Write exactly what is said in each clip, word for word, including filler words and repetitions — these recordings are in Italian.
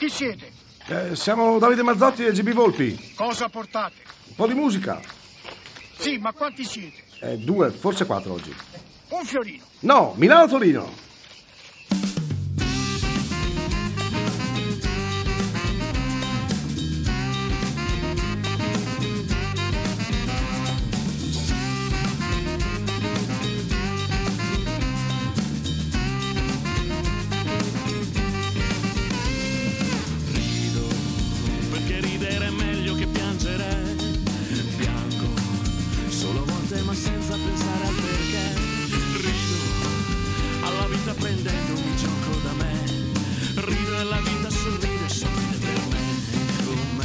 Chi siete? Eh, siamo Davide Mazzotti e G B Volpi. Cosa portate? Un po' di musica. Sì, ma quanti siete? Eh, due, forse quattro oggi. Un fiorino. No, Milano-Torino. Ma senza pensare al perché rido alla vita prendendomi gioco da me, rido e la vita sorride, sorride per me, con me.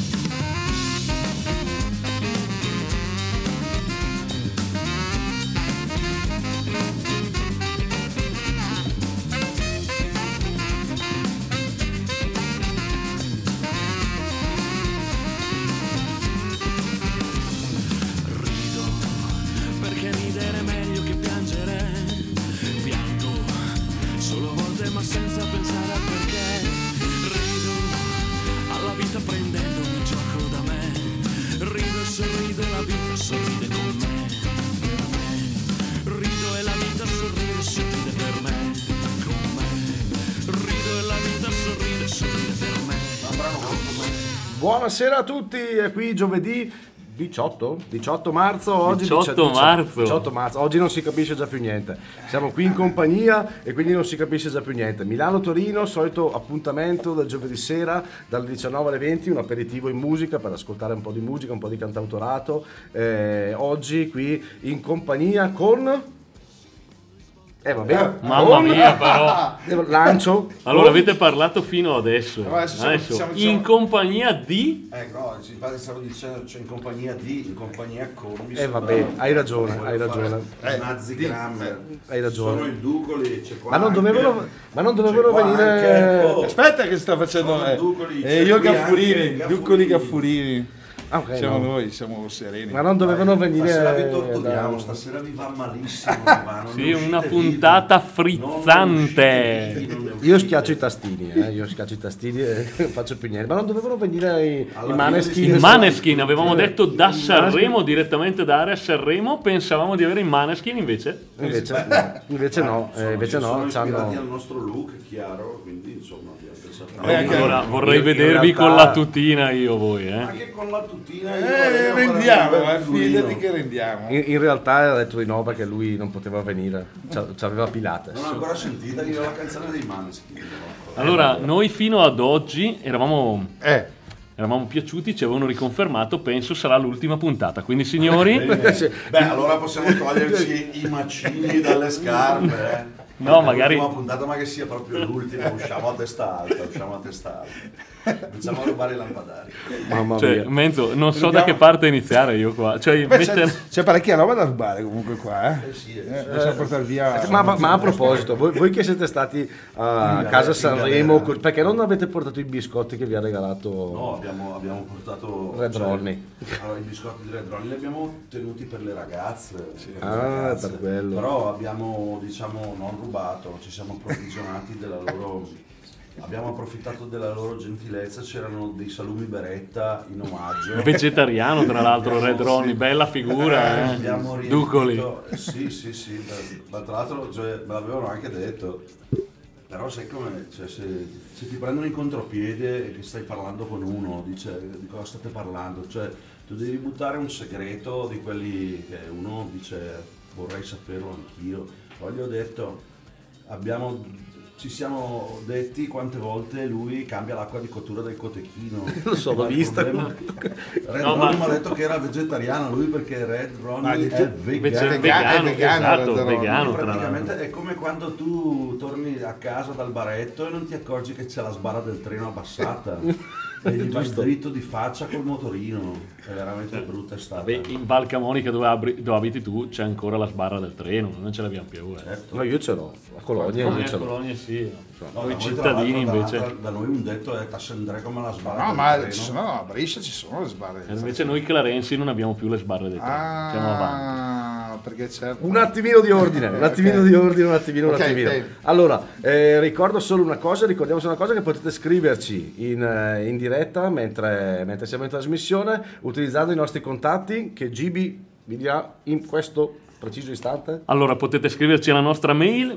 Ma senza pensare al perché rido alla vita prendendomi gioco da me, rido e sorrido e la vita sorride con me, per me, rido e la vita sorride, sorride per me, con me, rido e la vita sorride, sorride per me. Buonasera a tutti, è qui giovedì diciotto? diciotto marzo oggi. diciotto marzo. diciotto marzo, oggi non si capisce già più niente. Siamo qui in compagnia e quindi non si capisce già più niente. Milano-Torino, solito appuntamento del giovedì sera dalle diciannove alle venti, un aperitivo in musica per ascoltare un po' di musica, un po' di cantautorato. Eh, oggi qui in compagnia con... Eh vabbè, mamma mia però lancio. allora avete parlato fino adesso, no, adesso, adesso siamo, in siamo... compagnia di eh no, infatti stavo dicendo, cioè in compagnia di in compagnia con eh vabbè, hai ragione, hai ragione eh, Nazi Grammer, hai ragione, sono il Ducoli, c'è qua ma non dovevano anche, ma non dovevano venire anche, oh, aspetta che sta facendo eh, Ducoli, eh, io Gaffurini, Gaffurini, Ducoli Gaffurini. Ah, okay, siamo no. noi, siamo sereni. Ma non dovevano venire. Stasera vi torturiamo, stasera vi va malissimo. Va, sì, una puntata vivi. frizzante. Io schiaccio i tastini, eh, io schiaccio i tastini e non faccio più niente. Ma non dovevano venire i, i Maneskin. I Maneskin, avevamo detto da Sanremo, direttamente da Area Sanremo, pensavamo di avere i Maneskin, invece. Invece no, invece no, sono, eh, invece sono no. ispirati C'hanno... al nostro look, chiaro, quindi insomma abbiamo pensato. Eh, allora vorrei in vedervi realtà... con la tutina io voi, eh. Anche con la tutina. Eh, rendiamo, eh, fidati che rendiamo. In, in realtà ha detto di no perché lui non poteva venire, c'aveva Pilates. Non ho ancora sentita io la canzone dei Maneskin. Allora, noi fino ad oggi eravamo eh. eravamo piaciuti, ci avevano riconfermato, penso sarà l'ultima puntata. Quindi signori, beh, allora possiamo toglierci i macini dalle scarpe, eh. No, magari l'ultima puntata, ma che sia proprio l'ultima, usciamo a testa alta, usciamo a testa alta. Iniziamo a rubare i lampadari. Mamma cioè, mia. Menzo, non so da che parte iniziare io qua. Cioè, Beh, metter... c'è, c'è parecchia roba da rubare comunque qua, eh. Eh sì, eh, eh, possiamo portare via. Ma, ma, ma a proposito, voi, voi che siete stati a casa Sanremo, perché non avete portato i biscotti che vi ha regalato? No, abbiamo, abbiamo portato Red cioè, Ronnie. Allora, i biscotti di Red Ronnie li abbiamo tenuti per le ragazze. Sì, per ah, le ragazze. per quello. Però abbiamo, diciamo, non rubato, ci siamo approvvigionati della loro. Abbiamo approfittato della loro gentilezza, c'erano dei salumi beretta in omaggio. Vegetariano tra l'altro Red Ronnie, sì. Bella figura, eh. Abbiamo Ducoli. Eh, sì, sì, sì, ma tra l'altro cioè, me l'avevano anche detto. Però sai come, cioè, se, se ti prendono in contropiede e che stai parlando con uno, dice di cosa state parlando, cioè tu devi buttare un segreto di quelli che uno dice vorrei saperlo anch'io. Poi gli ho detto, abbiamo... Ci siamo detti quante volte lui cambia l'acqua di cottura del cotechino. Lo so, l'ho vista. Red no, Ronnie mi ma... ha detto che era vegetariano lui perché Red Ronnie ma è vegano. È vegano, è vegano, esatto, vegano. Praticamente è come quando tu torni a casa dal baretto e non ti accorgi che c'è la sbarra del treno abbassata. E gli vai dritto di faccia col motorino, è veramente brutta stata. Beh, in Val Camonica dove, abri, dove abiti tu c'è ancora la sbarra del treno, non ce l'abbiamo più. Eh. Certo. No, io ce l'ho, a Colonia no, io ce l'ho. Colonia sì, no, noi da cittadini invece. Da, da noi un detto è t'assendrei come la sbarra no, del ma treno. ci sono, no, a Brescia ci sono le sbarre. E invece noi Clarensi non abbiamo più le sbarre del treno, ah, siamo avanti. perché c'è... Un attimino di ordine, un attimino Ok. di ordine, un attimino, un Ok, attimino. ok. Allora, eh, ricordo solo una cosa, ricordiamo solo una cosa, che potete scriverci in, eh, in diretta mentre, mentre siamo in trasmissione, utilizzando i nostri contatti che Gibi vi dirà in questo preciso istante. Allora potete scriverci alla nostra mail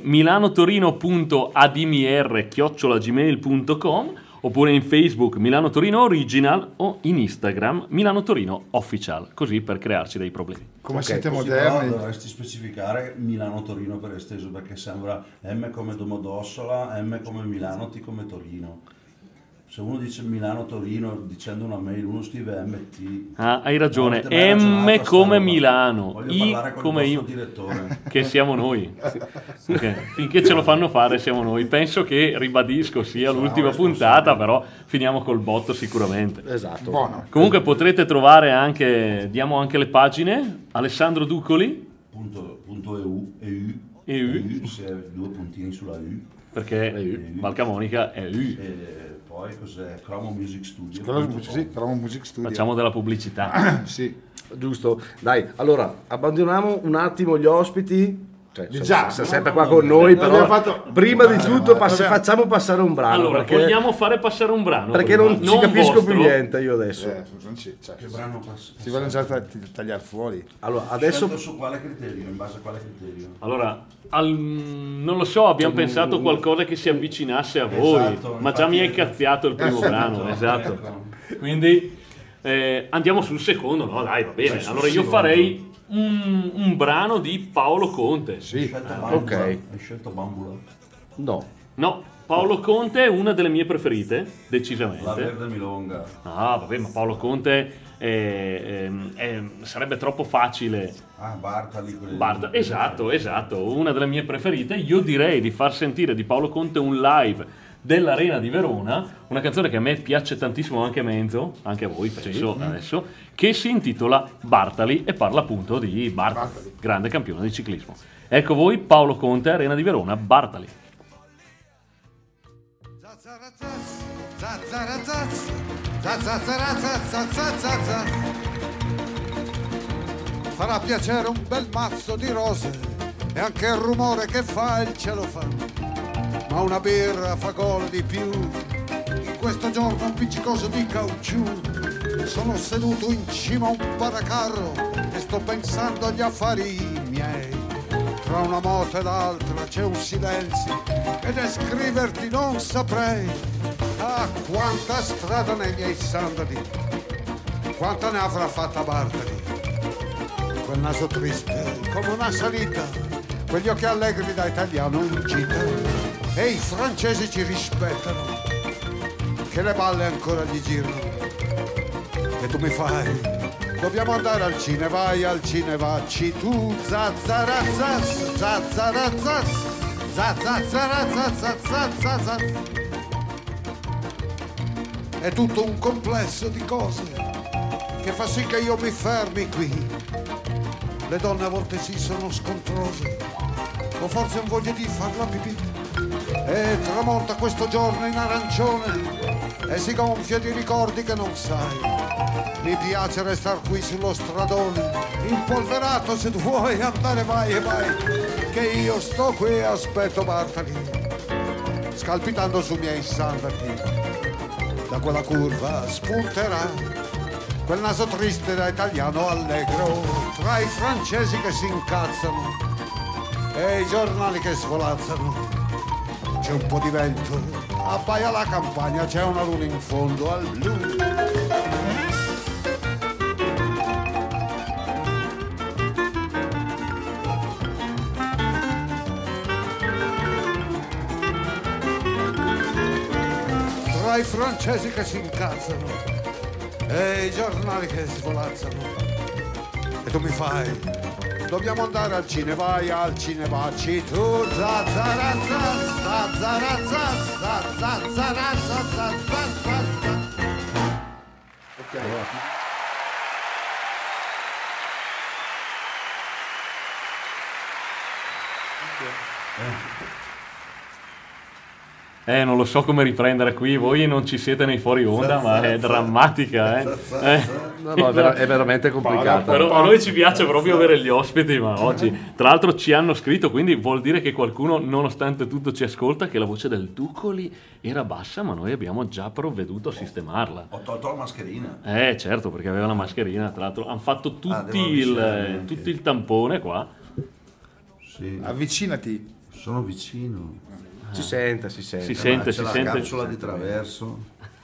milanotorino.admr chiocciola gmail punto com oppure in Facebook Milano Torino Original o in Instagram Milano Torino Official, così per crearci dei problemi. Come Ok, siete Così però moderni. dovresti specificare Milano-Torino per esteso, perché sembra M come Domodossola, M come Milano, T come Torino. Se uno dice Milano-Torino dicendo una mail, uno scrive M T. Ah, hai ragione, No, avete mai ragionato M a sta come roba? Milano, Voglio I parlare con come il io, vostro direttore. che siamo noi. Ok, finché ce lo fanno fare siamo noi. Penso che, ribadisco, sia Sarà l'ultima responsabile. puntata, però finiamo col botto sicuramente. Esatto. Buono. Comunque potrete trovare anche, diamo anche le pagine, Alessandro Duccoli, Punto, punto EU, EU, EU. se due puntini sulla U. perché Valcamonica è U. E poi cos'è? Chromo Music Studio. Quello- punto com. sì, Chromo Music Studio. Facciamo della pubblicità. Sì. Giusto. Dai, allora, abbandoniamo un attimo gli ospiti. Cioè, Di sono- già. sono sempre qua con noi, No, però abbiamo fatto- prima di tutto passi- Vabbè. facciamo passare un brano. Allora, perché vogliamo fare passare un brano? perché prima? non ci capisco vostro. più niente io adesso. Eh, non ci- cioè, Che brano passa? si vogliono già tag- tagliare fuori. Allora, adesso Scelto su quale criterio? In base a quale criterio? Allora, al- non lo so, abbiamo pensato qualcosa che si avvicinasse a voi, Esatto, ma già mi hai infatti- cazziato il primo brano, esatto. Ecco. Quindi eh, andiamo sul secondo, no dai, va bene. Vai sul Allora io secondo. farei un, un brano di Paolo Conte. Hai Sì. scelto ok. Bambula? Hai scelto Bambula? no. No, Paolo Conte è una delle mie preferite, La decisamente. Verde Milonga. Ah, vabbè, ma Paolo Conte è- è- è- sarebbe troppo facile. Ah, Bartali. quelle- Barda- esatto, esatto, una delle mie preferite. Io direi di far sentire di Paolo Conte un live dell'Arena di Verona, una canzone che a me piace tantissimo anche a Menzo, anche a voi penso adesso, che si intitola Bartali e parla appunto di Bartali, grande campione di ciclismo. Ecco voi Paolo Conte, Arena di Verona, Bartali. Farà piacere un bel mazzo di rose e anche il rumore che fa il celofano, ma una birra fa gol di più. In questo giorno appiccicoso di caucciù sono seduto in cima a un paracarro e sto pensando agli affari miei. Tra una moto e l'altra c'è un silenzio che descriverti non saprei. Ah, quanta strada nei miei sandali, quanta ne avrà fatta Bartali. Quel naso triste come una salita, quegli occhi allegri da italiano in gita. E i francesi ci rispettano, che le balle ancora gli girano. E tu mi fai, dobbiamo andare al cinema, vai al cinema, ci tu, zazzarazaz, zazzarazaz, zazzarazaz. È tutto un complesso di cose che fa sì che io mi fermi qui. Le donne a volte sì sono scontrose, o forse non voglio di farla pipì. E tramonta questo giorno in arancione e si gonfia di ricordi che non sai. Mi piace restare qui sullo stradone, impolverato, se tu vuoi andare vai e vai, che io sto qui e aspetto Bartali, scalpitando sui miei sandali. Da quella curva spunterà quel naso triste da italiano allegro, tra i francesi che si incazzano e i giornali che svolazzano. C'è un po' di vento, abbaia la campagna, c'è una luna in fondo al blu. Tra i francesi che si incazzano e i giornali che svolazzano. E tu mi fai, dobbiamo andare al cinema, vai al cinema, ci tu, zazzarazza, zazzarazza, zazzarazza, zazzarazza. Eh, non lo so come riprendere qui, voi non ci siete nei fuori onda, ma è drammatica, eh. eh. No, no, è, ver- è veramente complicata. Però a noi ci piace proprio avere gli ospiti, ma oggi, tra l'altro ci hanno scritto, quindi vuol dire che qualcuno, nonostante tutto, ci ascolta, che la voce del Ducoli era bassa, ma noi abbiamo già provveduto a sistemarla. Ho tolto la mascherina. Eh, certo, perché aveva la mascherina, tra l'altro hanno fatto tutti, Ah, devo il, avvicinarmi anche. tutti il tampone qua. Sì, Avvicinati. sono vicino. Si sente, si sente. Si sente, Ah, si c'è la sente. capsula di traverso.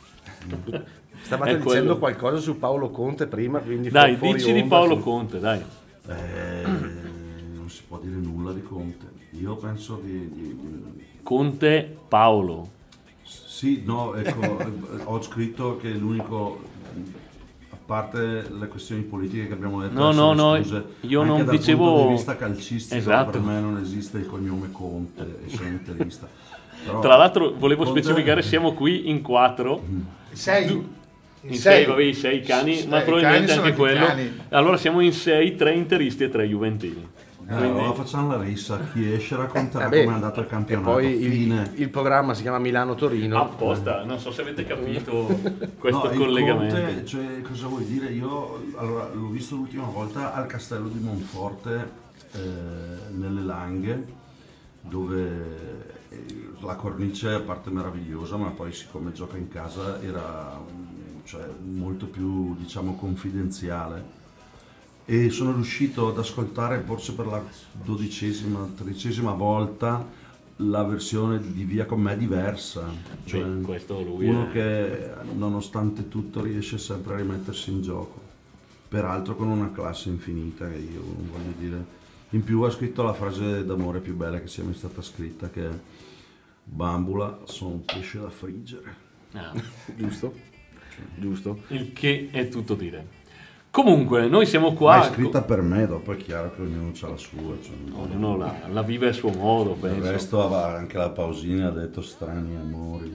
Stavate È dicendo quello. qualcosa su Paolo Conte prima, quindi Dai, fu- fuori dici di onda, Paolo sì. Conte, dai. Eh, non si può dire nulla di Conte. Io penso di... di- di- Conte Paolo. Sì, no, ecco, eh, ho scritto che l'unico... A parte le questioni politiche che abbiamo detto, No, adesso no, le no, scuse, io anche non dal dicevo- punto di vista calcistico, Esatto. per me non esiste il cognome Conte, e sono interista. Però Tra l'altro volevo Conte- specificare, siamo qui in quattro, Sei. in sei, vabbè, i sei cani, Sì, ma i probabilmente cani sono anche anche quello. cani. Allora siamo in sei, tre interisti e tre juventini. Eh, allora facciamo la rissa, chi esce racconterà Eh beh, come è andato il E campionato. poi il, Fine. il programma si chiama Milano-Torino. Apposta, non so se avete capito questo No, il collegamento. Conte, cioè, cosa vuoi dire? Io allora, l'ho visto l'ultima volta al castello di Monforte, eh, nelle Langhe, dove eh, la cornice, a parte meravigliosa, ma poi siccome gioca in casa era mm, cioè, molto più, diciamo, confidenziale. E sono riuscito ad ascoltare forse per la dodicesima, tredicesima volta la versione di Via con me diversa. Cioè, Beh, questo lui uno è- che nonostante tutto riesce sempre a rimettersi in gioco, peraltro con una classe infinita, che io non voglio dire. In più ha scritto la frase d'amore più bella che sia mai stata scritta, che è Bambula, sono un pesce da friggere. Ah, Giusto? Giusto. il che è tutto dire. Comunque, noi siamo qua. Ma è scritta per me, dopo è chiaro che ognuno ha la sua. Cioè, Ognuno la, la vive a suo modo, il penso. resto aveva anche la Pausini ha detto strani amori.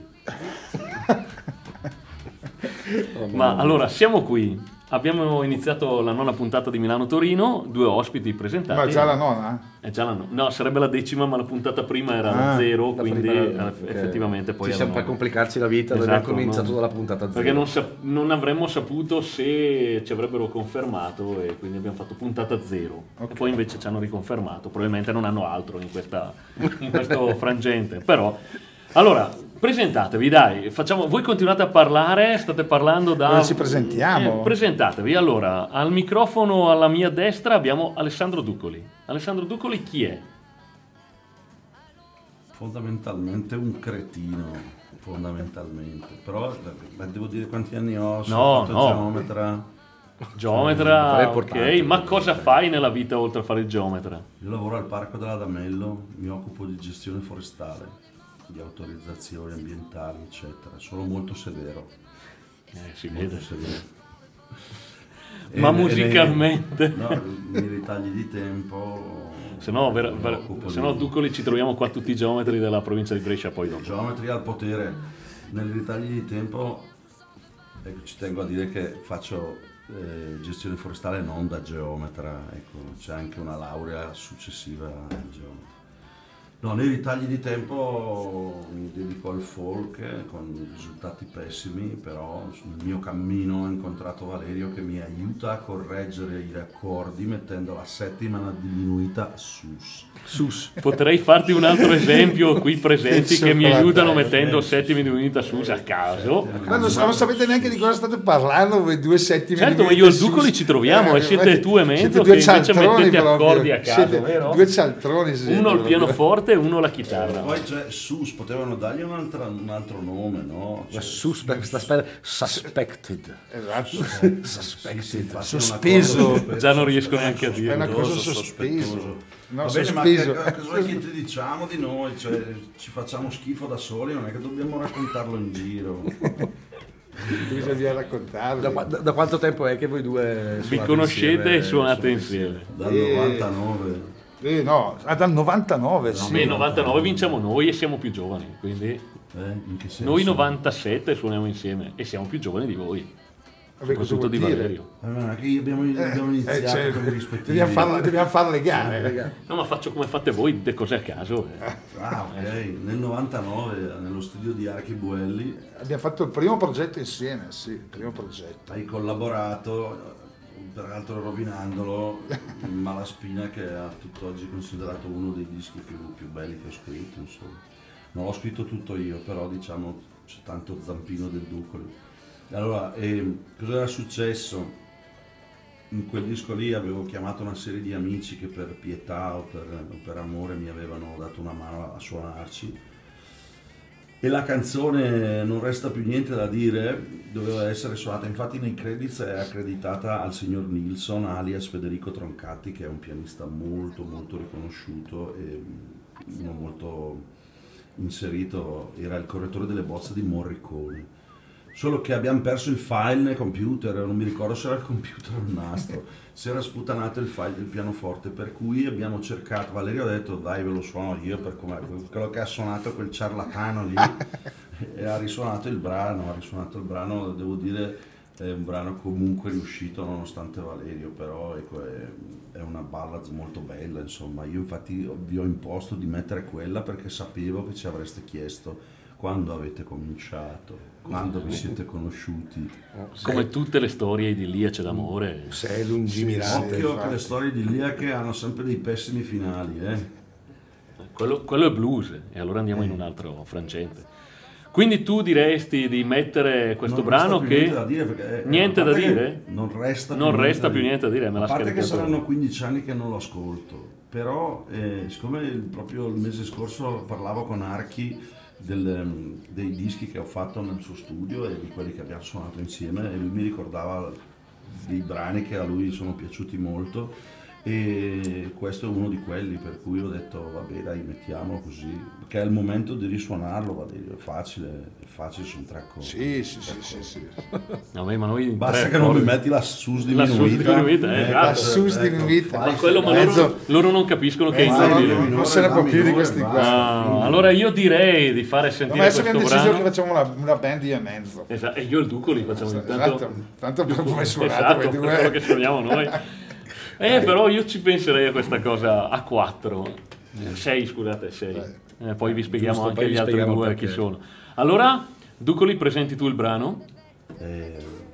Ma allora, siamo qui. Abbiamo iniziato la nona puntata di Milano-Torino, due ospiti presentati. Ma già la nonna? È già la no- no, sarebbe la decima, ma la puntata prima era la Ah, zero, La quindi prima- eh, ok. effettivamente poi ci era siamo per nona. complicarci la vita, Esatto, abbiamo cominciato non- dalla puntata zero. Perché non, sap- non avremmo saputo se ci avrebbero confermato e quindi abbiamo fatto puntata zero. Ok. E poi invece ci hanno riconfermato, probabilmente non hanno altro in, questa, in questo frangente. Però, allora, presentatevi dai, facciamo, voi continuate a parlare, state parlando da... Cosa ci presentiamo? Eh, presentatevi, allora, al microfono alla mia destra abbiamo Alessandro Duccoli. Alessandro Duccoli chi è? Fondamentalmente un cretino, fondamentalmente. Però eh, devo dire quanti anni ho, No, sono fatto no. geometra. Però Geometra, è ok, importante. ma cosa fai nella vita oltre a fare il geometra? Io lavoro al Parco dell'Adamello, mi occupo di gestione forestale, di autorizzazioni ambientali, eccetera. Sono molto severo. Eh, si Molto vede. severo. Ma E- e musicalmente? nei- no, nei ritagli di tempo. Se no, ver- mi ver- occupo se no di- Duccoli ci troviamo qua tutti i geometri della provincia di Brescia poi dopo. Geometria al potere. Nei ritagli di tempo, ecco, ci tengo a dire che faccio eh, gestione forestale non da geometra, ecco, c'è anche una laurea successiva al geometra. No, nei ritagli di tempo mi dedico al folk eh, con risultati pessimi, però sul mio cammino ho incontrato Valerio che mi aiuta a correggere gli accordi mettendo la settima diminuita a sus. Sus. Potrei farti un altro esempio qui presenti che mi aiutano Dai, mettendo settimi di unità su a caso. Ma non, non sapete neanche di cosa state parlando voi due settimi. Certo, di ma io e il sus- Duccoli ci troviamo e siete infatti, tu e Menzo siete che due invece cialtroni mettete proprio. accordi a caso, Siete vero? Due cialtroni siete Uno il proprio. pianoforte e uno la chitarra. Poi c'è sus, potevano dargli un'altra- un altro nome, no? La Cioè, sus, questa specie suspected. Esatto. Suspected, infatti è Sospeso. una cosa- Già non riesco neanche a dire. È una cosa Sospeso, sospeso. sospettoso. No, Va bene, ma sospeso. che, cosa vuoi che ti diciamo di noi? Cioè, ci facciamo schifo da soli, non è che dobbiamo raccontarlo in giro. Bisogna raccontarlo. Da, qua- da- da quanto tempo è che voi due Vi suonate conoscete insieme? e suonate insieme. Dal Eh. novantanove. Eh, no, ah, dal novantanove, sì. Beh, novantanove vinciamo noi e siamo più giovani, quindi Eh, in che senso? noi novantasette suoniamo insieme e siamo più giovani di voi. Vabbè, cosa soprattutto di vuol dire? Valerio. Eh, ma che abbiamo, abbiamo iniziato Eh, cioè, con i rispettivi. dobbiamo farle, dobbiamo fare le gare. No, ma faccio come fate voi, dite cose a caso. eh. Ah, ok. Nel novantanove, nello studio di Archi Buelli, Abbiamo fatto il primo progetto insieme, sì, il primo progetto. hai collaborato, peraltro rovinandolo, Malaspina, che è a tutt'oggi considerato uno dei dischi più, più belli che ho scritto, insomma. Non l'ho scritto tutto io, però diciamo c'è tanto zampino del Ducoli. Allora, eh, cosa era successo? In quel disco lì avevo chiamato una serie di amici che per pietà o per, o per amore mi avevano dato una mano a suonarci. E la canzone Non resta più niente da dire doveva essere suonata, infatti nei credits è accreditata al signor Nilsson alias Federico Troncatti, che è un pianista molto molto riconosciuto e uno molto inserito, era il correttore delle bozze di Morricone. Solo che abbiamo perso il file nel computer, non mi ricordo se era il computer o il nastro, si era sputanato il file del pianoforte, per cui abbiamo cercato, Valerio ha detto dai ve lo suono io per com'è, quello che ha suonato quel ciarlatano lì, e ha risuonato il brano, ha risuonato il brano, devo dire è un brano comunque riuscito nonostante Valerio, però ecco, è, è una ballad molto bella, insomma, io infatti vi ho imposto di mettere quella perché sapevo che ci avreste chiesto quando avete cominciato, quando vi siete conosciuti. Come tutte le storie idilliache d'amore. Sei lungimirante. Occhio che le storie idilliache hanno sempre dei pessimi finali, eh. Quello, quello è blues, e allora andiamo in un altro frangente. Quindi tu diresti di mettere questo Non brano resta più che... niente da dire, perché, eh, Niente a da parte che dire? Non resta Non più, resta niente, più niente da dire, me l'ha a parte che scaricato. saranno quindici anni che non lo ascolto, però eh, siccome il- proprio il mese scorso parlavo con Archi del, dei dischi che ho fatto nel suo studio e di quelli che abbiamo suonato insieme, e lui mi ricordava dei brani che a lui sono piaciuti molto, e questo è uno di quelli, per cui ho detto vabbè dai, mettiamolo così, perché è il momento di risuonarlo, Valerio, è facile, è facile, sono tre accordi. Sì, sì, sì, sì, sì. No, beh, ma noi in Basta tre che non mi accordi- metti la sus La sus diminuita. diminuita, eh, esatto. La sus diminuita. fai- Ma quello, ma Mezzo- loro, loro non capiscono che è Eh, No, inutile. no, non se ne può più di questi qua. Ah, allora io direi di fare No, sentire ma adesso questo abbiamo deciso che brano. facciamo una, una band io e mezzo. Esatto, e io e il Ducoli facciamo intanto... Esatto, tanto per come suonate Esatto, voi per quello che due. suoniamo noi. Eh, però io ci penserei a questa cosa a quattro. Sei, scusate, sei. Eh, poi vi spieghiamo Giusto, anche poi vi gli altri spieghiamo due perché. chi sono. Allora, Ducoli, presenti tu il brano. Eh,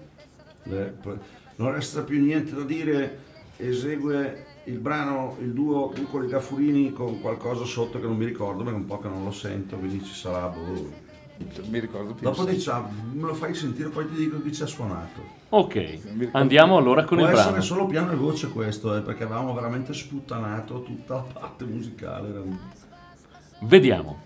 le- non resta più niente da dire, esegue il brano il duo Ducoli Gaffurini con qualcosa sotto che non mi ricordo perché è un po' che non lo sento, quindi ci sarà boh. Non mi ricordo più. Dopo diciamo, me lo fai sentire, poi ti dico chi ci ha suonato. Ok, andiamo allora con Può il essere brano. solo piano e voce questo, eh, perché avevamo veramente sputtanato tutta la parte musicale. era un- Vediamo.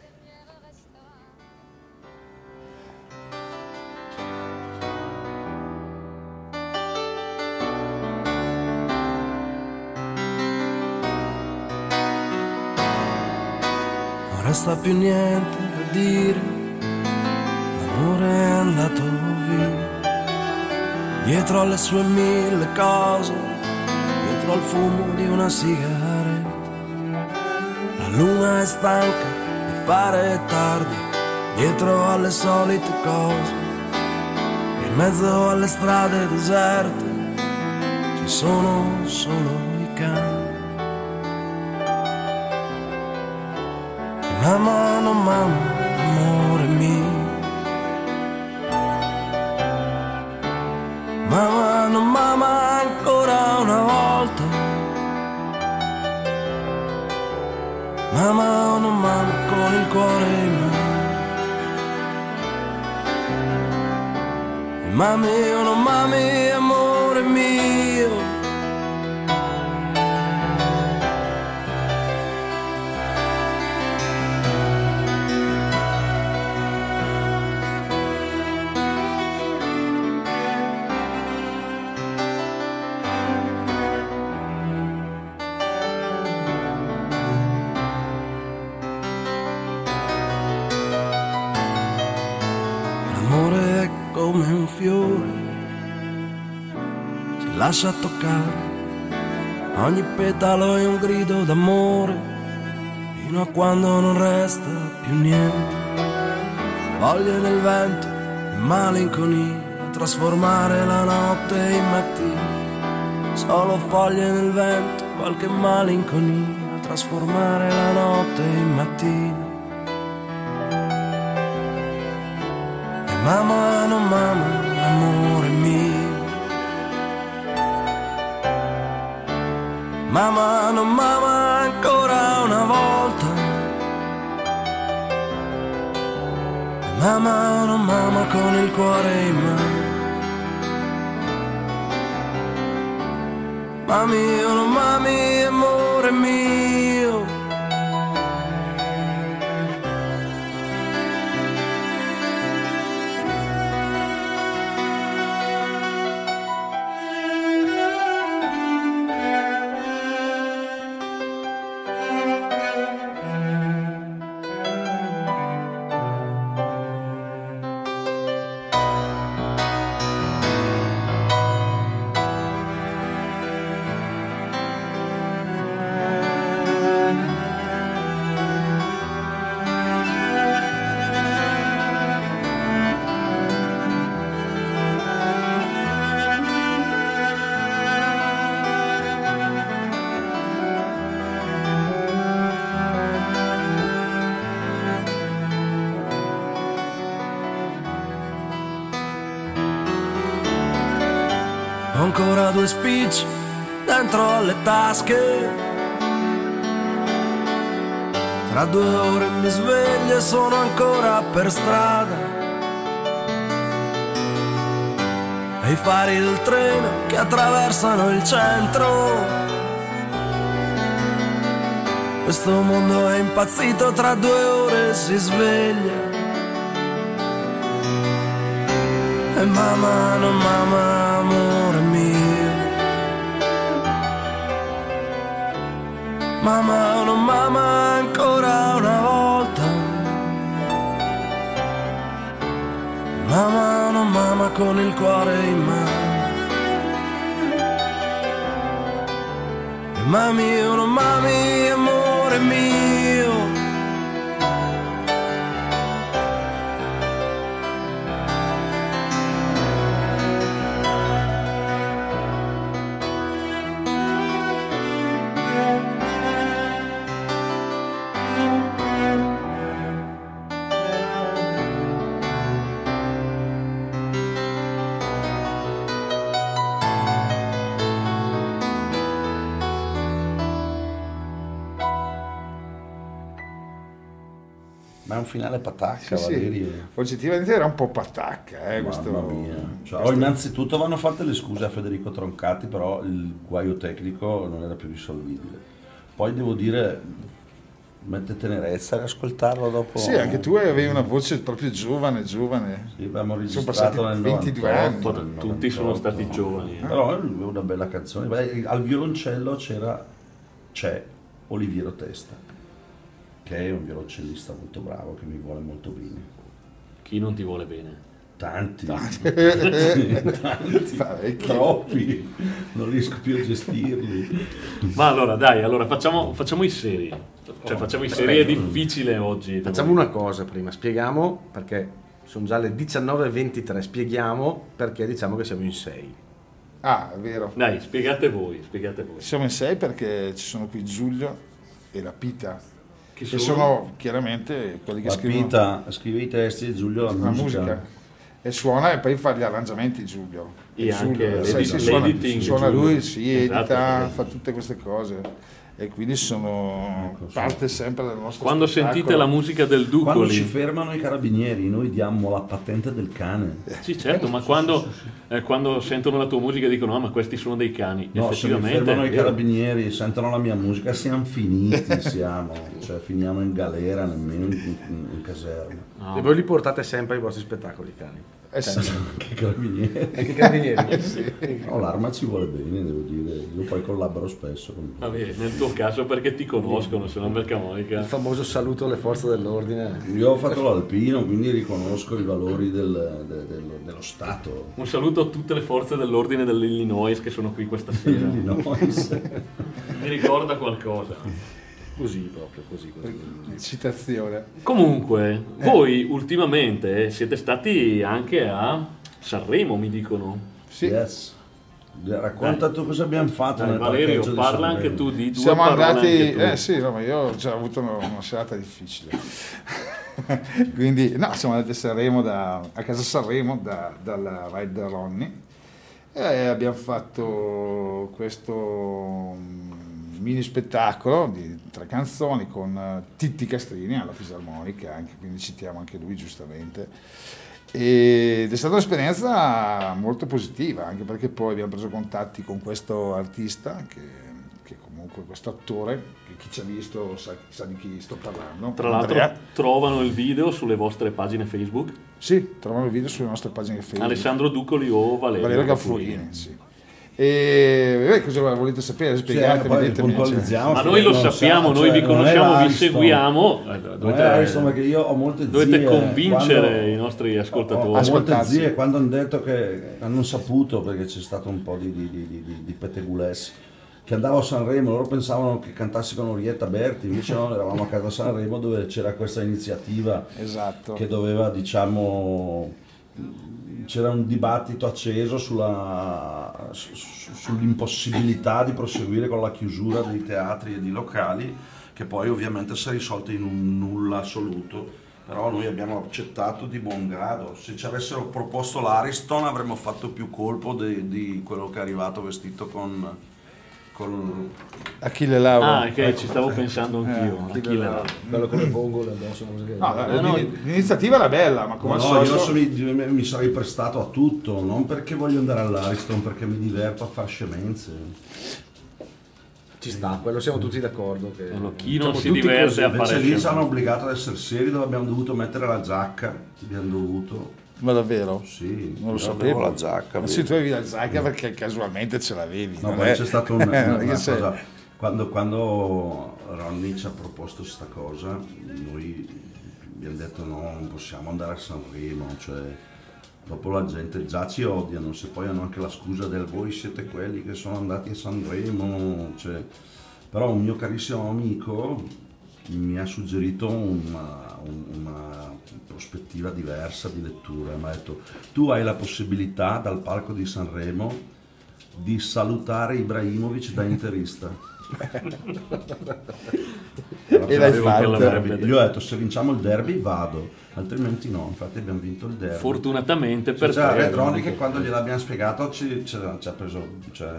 Non resta più niente da dire, l'amore è andato via, dietro alle sue mille cose, dietro al fumo di una sigaretta. La luna è stanca di fare tardi, dietro alle solite cose, in mezzo alle strade deserte ci sono solo i cani. Mamma, non mamma, amore mio. Mamma, non mamma, ancora una volta. Mamma, non mamma, con il cuore in mano. E mami, oh non mami, amore mio. L'amore è come un fiore, si lascia toccare, ogni petalo è un grido d'amore, fino a quando non resta più niente. Voglie nel vento e malinconia, trasformare la notte in mattino. Solo foglie nel vento, qualche malinconia, trasformare la notte in mattino. E mamma, non mamma, amore mio. Mamma, non mamma, ancora una volta. E mamma, non mamma, con il cuore in mano. Mami, oh no, mami, amore mio. Ho ancora due spicci dentro alle tasche. Tra due ore mi sveglio e sono ancora per strada. E i fari del treno che attraversano il centro. Questo mondo è impazzito, tra due ore si sveglia. E mamma, non mamma, amore mio. Mamma, non mamma, ancora una volta. Mamma, non mamma, con il cuore in mano. E mami, oh no, mami, amore mio. Ma è un finale patacca, Sì, sì. Valerio. Oggettivamente era un po' patacca, eh, questo. Mamma mia. Cioè, questo- oh, innanzitutto vanno fatte le scuse a Federico Troncati, però il guaio tecnico non era più risolvibile. Poi devo dire, mette tenerezza ad ascoltarlo dopo. Sì, anche tu avevi una voce proprio giovane, giovane. Sì, abbiamo Sono registrato passati nel ventidue novantotto, anni. nel Tutti sono novantotto. stati giovani. Però è una bella canzone. Beh, al violoncello c'era, c'è Oliviero Testa, che è un violoncellista molto bravo, che mi vuole molto bene. Chi non ti vuole bene? Tanti, tanti, Parecchi. troppi, non riesco più a gestirli. Ma allora dai, allora facciamo, facciamo i seri. Cioè facciamo i seri, è difficile oggi. Facciamo una cosa prima, spieghiamo perché sono già le diciannove e ventitré, spieghiamo perché diciamo che siamo in sei. Ah, è vero. Dai, spiegate voi, spiegate voi. Siamo in sei perché ci sono qui Giulio e la Pita, Che che sono? sono chiaramente quelli che La scrivono Pita scrive i testi e Giulio la la musica. musica. E suona e poi fa gli arrangiamenti Giulio. E anche Giulio, l'edi- sì, sì, suona, l'editing suona Giulio. lui, si edita, Esatto. fa tutte queste cose. E quindi sono Ecco, sì. parte sempre del nostro Quando spettacolo. sentite la musica del Quando ci Ducoli, fermano i carabinieri, noi diamo la patente del cane. sì certo, ma quando, eh, quando sentono la tua musica dicono ah ma questi sono dei cani, No, se mi effettivamente fermano è i vero. carabinieri, sentono la mia musica, siamo finiti, siamo, cioè finiamo in galera, nemmeno in, in- in caserma. No. E voi li portate sempre ai vostri spettacoli, cani. Eh sì. Che carabinieri. Anche i carabinieri. No, l'arma ci vuole bene, devo dire, io poi collaboro spesso con Vabbè, nel tuo caso perché ti conoscono, se non Belca Monica. Il famoso saluto alle forze dell'ordine. Io ho fatto l'alpino, quindi riconosco i valori del- de- del- dello Stato. Un saluto a tutte le forze dell'ordine dell'Illinois che sono qui questa sera. Di noi. Mi ricorda qualcosa. Così proprio, così, così. Citazione. Comunque, voi ultimamente siete stati anche a Sanremo, mi dicono. Sì. Yes. Racconta tu cosa abbiamo fatto. Dai, nel Valerio, parcheggio di parla Sanremo. anche tu di due Siamo parole andati, anche tu. eh sì, no, ma io ho già avuto una, una serata difficile. Quindi, no, siamo andati a Sanremo, da, a casa Sanremo, da, dalla Ride Ronnie, e abbiamo fatto questo mm, mini spettacolo di tre canzoni con eh, Titti Castrini alla fisarmonica, anche, quindi citiamo anche lui giustamente. Ed è stata un'esperienza molto positiva, anche perché poi abbiamo preso contatti con questo artista che, che comunque questo attore, che chi ci ha visto sa, sa di chi sto parlando. Tra l'altro Andrea. trovano il video sulle vostre pagine Facebook. Sì, trovano il video sulle nostre pagine Facebook. Alessandro Duccoli o Valerio, Valerio Gaffurini, sì. E beh, cosa volete sapere? Spiegate, Sì, poi ditemi, cioè. puntualizziamo, Ma noi lo non sappiamo, sa- noi cioè, vi non è conosciamo, vi Ariston. seguiamo. Eh, Non è Dovete, Ariston, perché io ho molte dovete zie, convincere quando- i nostri Ho, ho ascoltatori. molte Ascoltarsi. zie quando hanno detto che hanno saputo, perché c'è stato un po' di, di, di, di, di, di pettegulessi, che andavo a Sanremo, loro pensavano che cantassi con Orietta Berti, invece no, eravamo a casa Sanremo dove c'era questa iniziativa Esatto. che doveva, diciamo, c'era un dibattito acceso sulla, su- su- sull'impossibilità di proseguire con la chiusura dei teatri e di locali, che poi ovviamente si è risolta in un nulla assoluto, però noi abbiamo accettato di buon grado. Se ci avessero proposto l'Ariston avremmo fatto più colpo di, di quello che è arrivato vestito con... con Achille Lauro. Ah, che ci stavo pensando anch'io. Eh, Achille Lauro. Bello come vongole addosso. No, la- Eh, no. l'iniziativa era bella, ma come No, al no, io solito... adesso mi, mi sarei prestato a tutto, non perché voglio andare all'Ariston, perché mi diverto a far scemenze. Ci sta, quello siamo tutti d'accordo. Che... Allora, chi non Siamo si tutti diverte così. a Invece fare lì ci hanno scemo. obbligato ad essere seri, dove abbiamo dovuto mettere la giacca, abbiamo dovuto, Ma davvero? sì, Non lo io avevo sapevo. la giacca. Ma sì, tu avevi la giacca perché casualmente ce l'avevi. No, non ma è- c'è stata un- non una, è una che sei- cosa, quando, quando Ronny ci ha proposto questa cosa, noi abbiamo detto no, non possiamo andare a Sanremo, cioè dopo la gente già ci odiano, se poi hanno anche la scusa del voi siete quelli che sono andati a Sanremo, cioè, però un mio carissimo amico mi ha suggerito una, una prospettiva diversa di lettura, mi ha detto tu hai la possibilità dal palco di Sanremo di salutare Ibrahimovic da interista. E l'hai Avevo fatto. quel derby. Io ho detto se vinciamo il derby vado, altrimenti no, infatti abbiamo vinto il derby. Fortunatamente per C'è te. Retroni che quando gliel'abbiamo spiegato ci, ci, ci ha preso, cioè,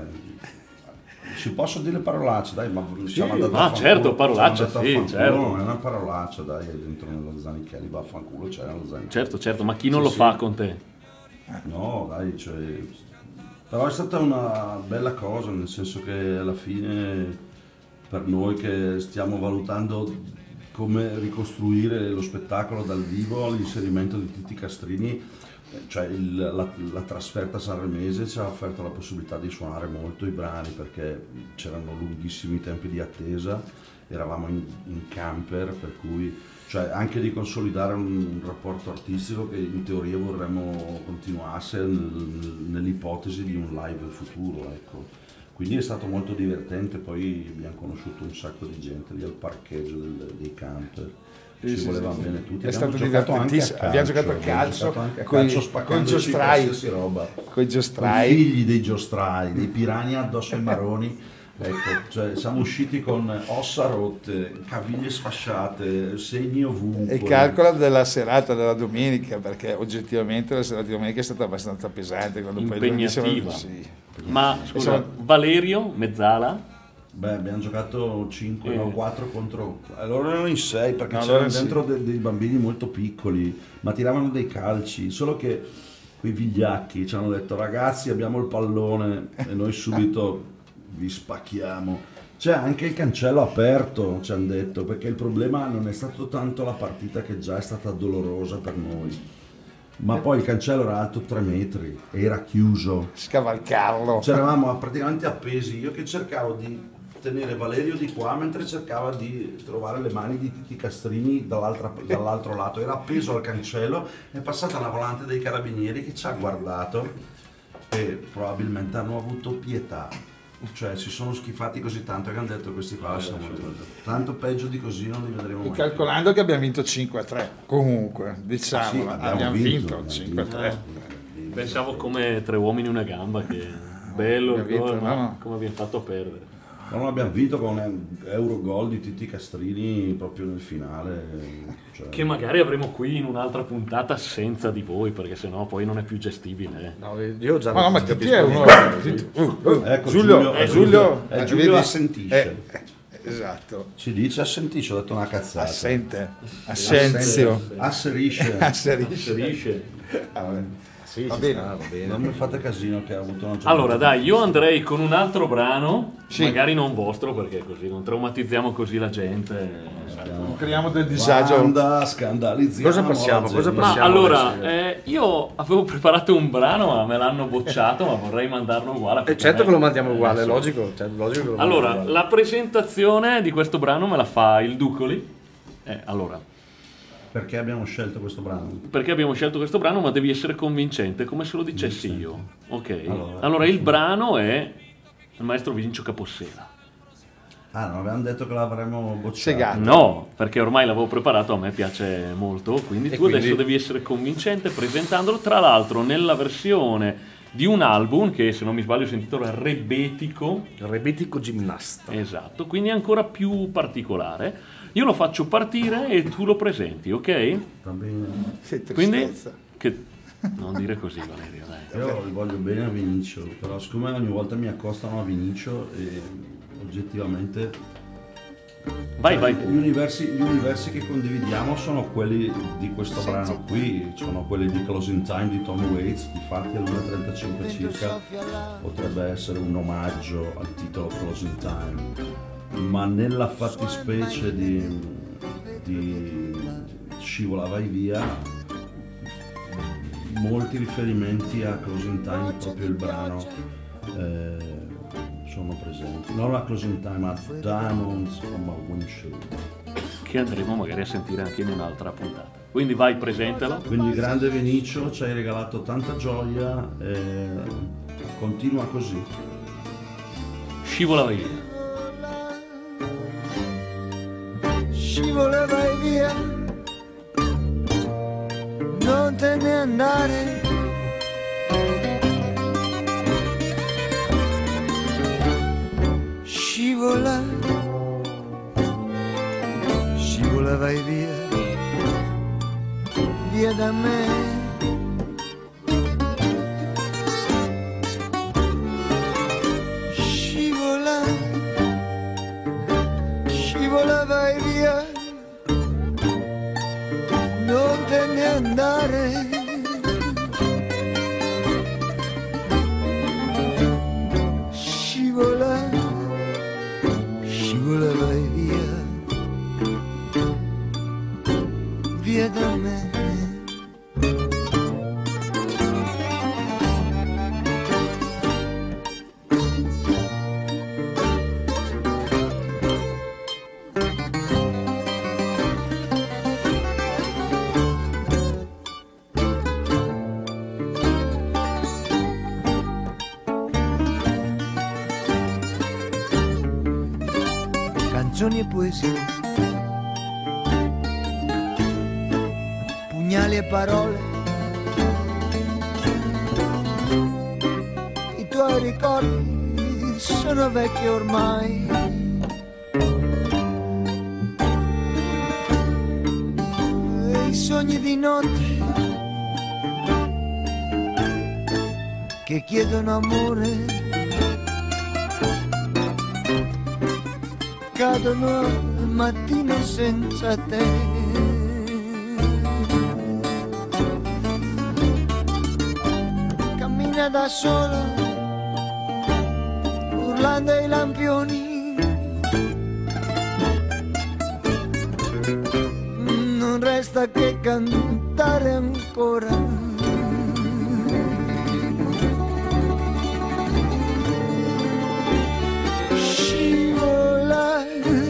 ci posso dire parolacce, dai, ma ci ha mandato Ah, a fanculo, certo, ci ha parolacce, mandato a sì, fanculo, certo. non è una parolaccia, dai, è dentro nello Zanichelli, vaffanculo, c'è nello Zanichelli. Certo, certo, ma chi non Sì, lo sì. fa con te? No, dai, cioè, però è stata una bella cosa, nel senso che alla fine per noi che stiamo valutando come ricostruire lo spettacolo dal vivo, l'inserimento di Titti Castrini, eh, cioè il- la, la trasferta sanremese ci ha offerto la possibilità di suonare molto i brani perché c'erano lunghissimi tempi di attesa, eravamo in, in camper, per cui cioè anche di consolidare un, un rapporto artistico che in teoria vorremmo continuasse nel- nell'ipotesi di un live futuro, ecco. Quindi è stato molto divertente, poi abbiamo conosciuto un sacco di gente lì al parcheggio del- dei camper, ci sì, volevano sì. bene tutti. È Abbiamo stato giocato anche divertentissimo. Abbiamo giocato a abbiamo calcio giocato anche a coi- calcio coi spaccandoci giostrai. qualsiasi roba. Con i Con giostrai. figli dei giostrai, dei piranha addosso ai maroni. Ecco, cioè siamo usciti con ossa rotte, caviglie sfasciate, segni ovunque. E calcola della serata della domenica, perché oggettivamente la serata di domenica è stata abbastanza pesante. Quando poi Impegnativa. sì. Ma scusa, Insomma- Valerio, mezzala, Beh, abbiamo giocato cinque Eh. o quattro contro. Allora erano in sei perché No, c'erano allora sì. dentro de- dei bambini molto piccoli, ma tiravano dei calci. Solo che quei vigliacchi ci hanno detto ragazzi abbiamo il pallone e noi subito vi spacchiamo. C'è anche il cancello aperto, ci hanno detto, perché il problema non è stato tanto la partita che già è stata dolorosa per noi, ma poi il cancello era alto tre metri, era chiuso. Scavalcarlo. C'eravamo praticamente appesi, io che cercavo di tenere Valerio di qua mentre cercava di trovare le mani di Titti Castrini dall'altra- dall'altro lato, era appeso al cancello, è passata una volante dei carabinieri che ci ha guardato e probabilmente hanno avuto pietà, cioè si sono schifati così tanto che hanno detto questi qua siamo tanto peggio di così non li vedremo E mai. calcolando che abbiamo vinto cinque a tre, comunque, diciamo, Sì, abbiamo, vinto, cinque a tre. abbiamo Pensavo come Tre uomini una gamba, che bello il Abbiamo gol, vinto, ma no? come abbiamo fatto a perdere. Ma non abbiamo vinto con Eurogol di Titti Castrini proprio nel finale. Cioè, Che magari avremo qui in un'altra puntata senza di voi, perché sennò poi non è più gestibile. eh. No, io già Ma no, non ma capisco Titti è uno. niente. Titti- uh, uh, Ecco, Giulio, Giulio- eh, è Giulio, Giulio- è eh, Giulio vedi? assentisce. Eh, esatto. Si dice assentisce, ho detto una cazzata. Assente. Assenzio. Asserisce. Asserisce. Riesce? Ah, vabbè. Sì, Va ci bene. sta, va bene. Non mi fate casino che ha avuto una giornata. Allora dai, io andrei con un altro brano, Sì. magari non vostro, perché così non traumatizziamo così la gente. Non creiamo del disagio. Guarda, scandalizziamo Cosa passiamo? la Cosa gente. Ma passiamo? allora, adesso? eh, io avevo preparato un brano, ma me l'hanno bocciato, ma vorrei mandarlo uguale. Eh, perché certo a me- che lo mandiamo uguale, è eh, sì. logico. Cioè, logico che lo Allora, mandiamo uguale. la presentazione di questo brano me la fa il Ducoli. Eh, allora, Perché abbiamo scelto questo brano? perché abbiamo scelto questo brano, ma devi essere convincente, come se lo dicessi io. Ok? Allora, Allora, il brano è il maestro Vincio Capossela. Ah, non avevamo detto che l'avremmo bocciato. Segato. No, perché ormai l'avevo preparato, a me piace molto, quindi E tu quindi? adesso devi essere convincente presentandolo, tra l'altro nella versione di un album che, se non mi sbaglio, si intitola Rebetico. Il rebetico ginnasta. Esatto, quindi è ancora più particolare. Io lo faccio partire e tu lo presenti, ok? Va bene. Che Quindi, tristezza. che... non dire così, Valerio, dai. Io gli voglio bene a Vinicio, però siccome ogni volta mi accostano a Vinicio e oggettivamente Vai, vai gli pure. universi, gli universi che condividiamo sono quelli di questo brano qui, sono quelli di Closing Time di Tom Waits, difatti all'una e trentacinque circa potrebbe essere un omaggio al titolo Closing Time, ma nella fattispecie di, di Scivola vai via molti riferimenti a Closing Time, proprio il brano, eh, sono presenti. Non a Closing Time, ma Diamonds on my windshield. Che andremo magari a sentire anche in un'altra puntata. Quindi vai, presentalo. Quindi grande Vinicio, ci hai regalato tanta gioia e continua così. Scivola via. Scivola vai via, non te ne andare. Scivola, scivola vai via, via da me. Scivola, scivola vai via, non te ne andare. Scivola, scivola vai via, via da me. Canzoni e poesie, pugnali e parole, i tuoi ricordi sono vecchi ormai. E i sogni di notte che chiedono amore cadono al mattino senza te. Cammina da sola, urlando ai lampioni. Non resta che cantare ancora. Scivola,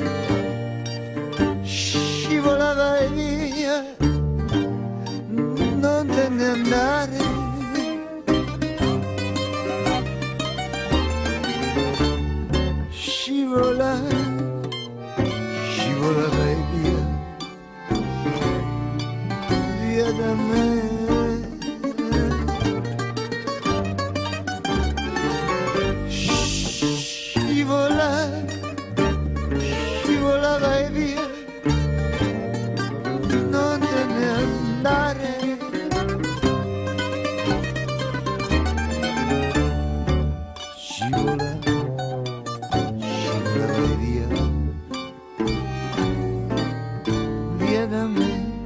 scivola vai via, non te ne andare. Scivola, scivola vai via, vai via, non te ne andare. Scivola, scivola vai via, via da me.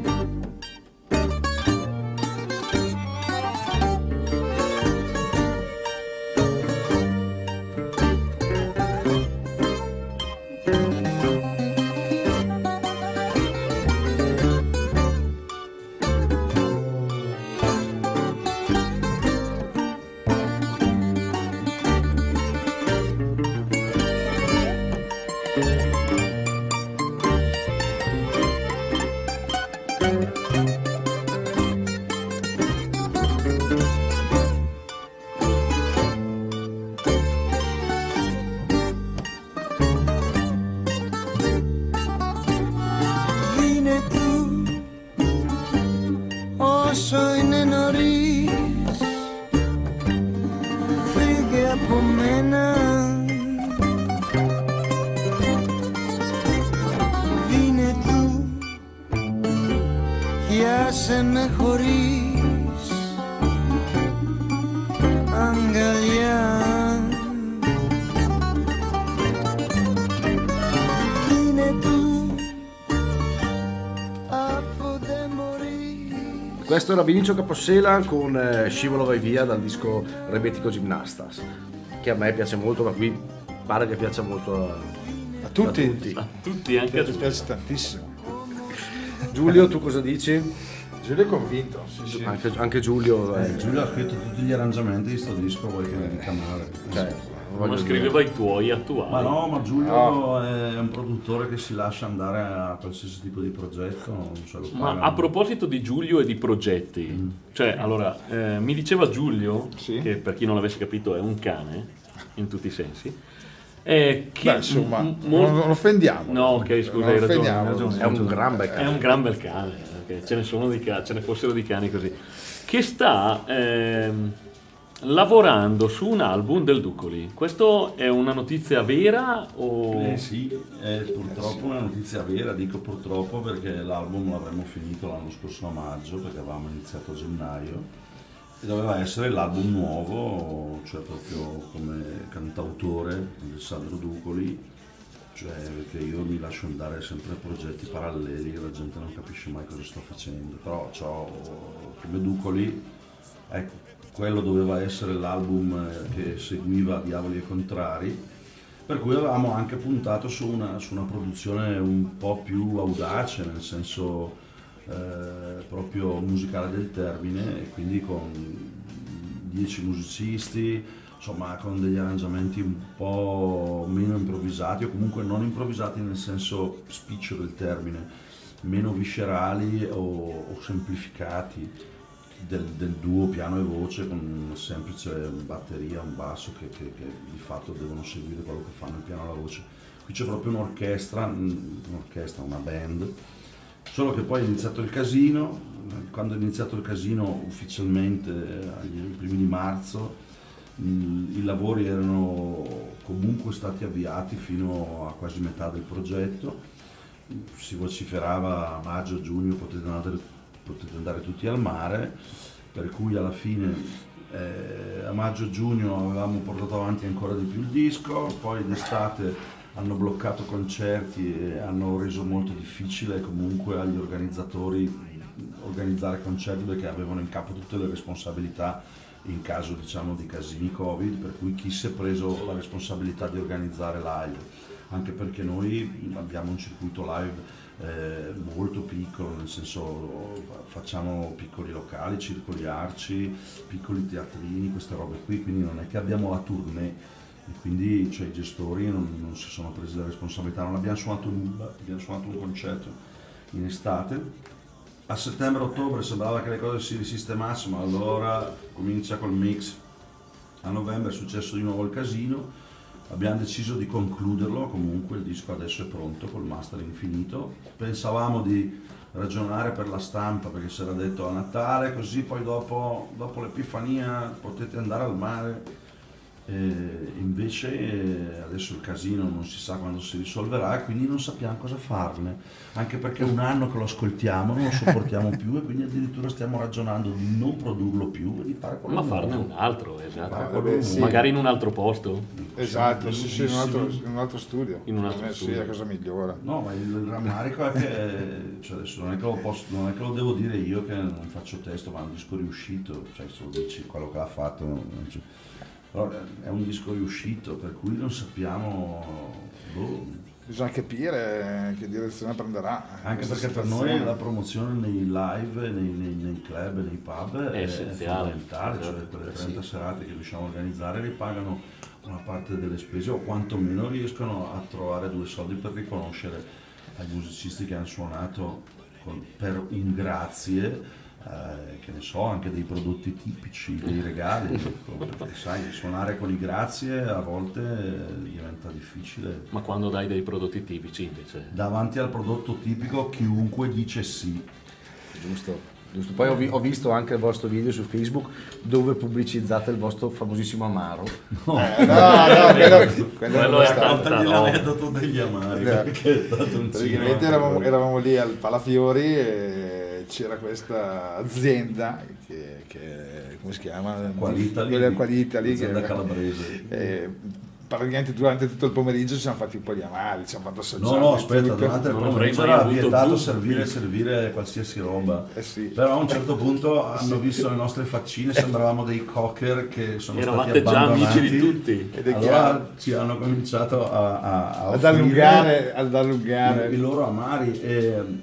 Questo era Vinicio Capossela con eh, Scivolo vai via dal disco Rebetico Gymnastas, che a me piace molto, ma qui pare che piaccia molto a, a tutti. A tutti, a tutti anche a tutti. Piace tantissimo. Giulio, tu cosa dici? Giulio è convinto, sì, sì. Anche, anche Giulio. Eh, Giulio ha scritto tutti gli arrangiamenti di sto disco, vuoi che ne dica male. Cioè, ma scriveva i tuoi attuali. Ma no, ma Giulio oh. è un produttore che si lascia andare a qualsiasi tipo di progetto. Non so, lo ma a proposito di Giulio e di progetti, mm. cioè allora eh, mi diceva Giulio, sì. che per chi non l'avesse capito è un cane in tutti i sensi. Eh, che Beh, insomma, m- non, non offendiamo. No, ok, scusa, hai ragione, hai ragione. È un gran bel cane. È un gran bel cane, okay. ce ne sono di ca- ce ne fossero di cani così. Che sta ehm, lavorando su un album del Ducoli. Questo è una notizia vera o? Eh sì, è purtroppo una notizia vera, dico purtroppo perché l'album l'avremmo finito l'anno scorso a maggio, perché avevamo iniziato a gennaio. E doveva essere l'album nuovo, cioè proprio come cantautore di Sandro Ducoli, cioè perché io mi lascio andare sempre a progetti paralleli e la gente non capisce mai cosa sto facendo, però c'ho come Ducoli, ecco, quello doveva essere l'album che seguiva Diavoli e Contrari, per cui avevamo anche puntato su una, su una produzione un po' più audace, nel senso Eh, proprio musicale del termine, e quindi con dieci musicisti, insomma con degli arrangiamenti un po' meno improvvisati, o comunque non improvvisati nel senso spiccio del termine, meno viscerali o, o semplificati del, del duo piano e voce, con una semplice batteria, un basso che, che, che di fatto devono seguire quello che fanno il piano e la voce. Qui c'è proprio un'orchestra, un'orchestra, una band. Solo che poi è iniziato il casino, quando è iniziato il casino ufficialmente ai primi di marzo, i lavori erano comunque stati avviati fino a quasi metà del progetto, si vociferava a maggio, giugno potete andare, potete andare tutti al mare, per cui alla fine eh, a maggio-giugno avevamo portato avanti ancora di più il disco, poi d'estate hanno bloccato concerti e hanno reso molto difficile comunque agli organizzatori organizzare concerti, perché avevano in capo tutte le responsabilità in caso, diciamo, di casini Covid, per cui chi si è preso la responsabilità di organizzare live, anche perché noi abbiamo un circuito live eh, molto piccolo, nel senso facciamo piccoli locali, circoli arci, piccoli teatrini, queste robe qui, quindi non è che abbiamo la tournée. E quindi cioè, i gestori non, non si sono presi la responsabilità, non abbiamo suonato, un, abbiamo suonato un concerto in estate, a settembre-ottobre sembrava che le cose si risistemassero, ma allora comincia col mix, a novembre è successo di nuovo il casino, abbiamo deciso di concluderlo, comunque il disco adesso è pronto col mastering finito, pensavamo di ragionare per la stampa, perché si era detto a Natale, così poi dopo, dopo l'Epifania potete andare al mare. E invece eh, adesso il casino non si sa quando si risolverà e quindi non sappiamo cosa farne, anche perché è un anno che lo ascoltiamo, non lo sopportiamo più e quindi addirittura stiamo ragionando di non produrlo più e di fare quello Ma farne nuovo. un altro, esatto. Fare quello nuovo. sì. Magari in un altro posto. Esatto, sì, sì, in un altro, in un altro studio. In un altro Eh, studio. Sì, è la cosa migliore. No, ma il rammarico è che, cioè adesso non è che, lo posso, non è che lo devo dire io che non faccio testo, ma è un disco riuscito, cioè se lo dici quello che ha fatto, non c'è- però è un disco riuscito, per cui non sappiamo, boh. Bisogna capire che direzione prenderà. Anche questa perché per situazione. noi la promozione nei live, nei, nei, nei club, nei pub è, È essenziale. fondamentale, cioè Esatto. quelle Eh, trenta sì. serate che riusciamo a organizzare ripagano una parte delle spese o quantomeno riescono a trovare due soldi per riconoscere ai musicisti che hanno suonato con- per un grazie. Eh, che ne so, anche dei prodotti tipici, dei regali, ecco, perché sai, suonare con i grazie a volte eh, diventa difficile. Ma quando dai dei prodotti tipici invece. Davanti al prodotto tipico chiunque dice sì. Giusto, giusto. Poi ho, vi- ho visto anche il vostro video su Facebook dove pubblicizzate il vostro famosissimo amaro. No, Eh, no, no, quello, quello Quello non è è stato. tanta raccontagli roba. l'aneddoto degli amari, Eh, perché è stato un Praticamente cino. eravamo, eravamo lì al Palafiori e c'era questa azienda che, che come si chiama? Qualitali, Quella Qualitali, azienda che- calabrese. eh, praticamente durante tutto il pomeriggio ci siamo fatti un po' di amari, ci siamo fatto assaggiare. No, no, aspetta, tutto. durante il Non avrei pomeriggio mai era avuto vietato dubbi. servire, servire qualsiasi roba. Eh sì. Però a un certo punto hanno visto le nostre faccine, sembravamo dei cocker che sono Eravate stati già abbandonati. amici di tutti. Ed è Allora chiaro. ci hanno cominciato a, a, a Ad offrire allungare, ad allungare. i, i loro amari e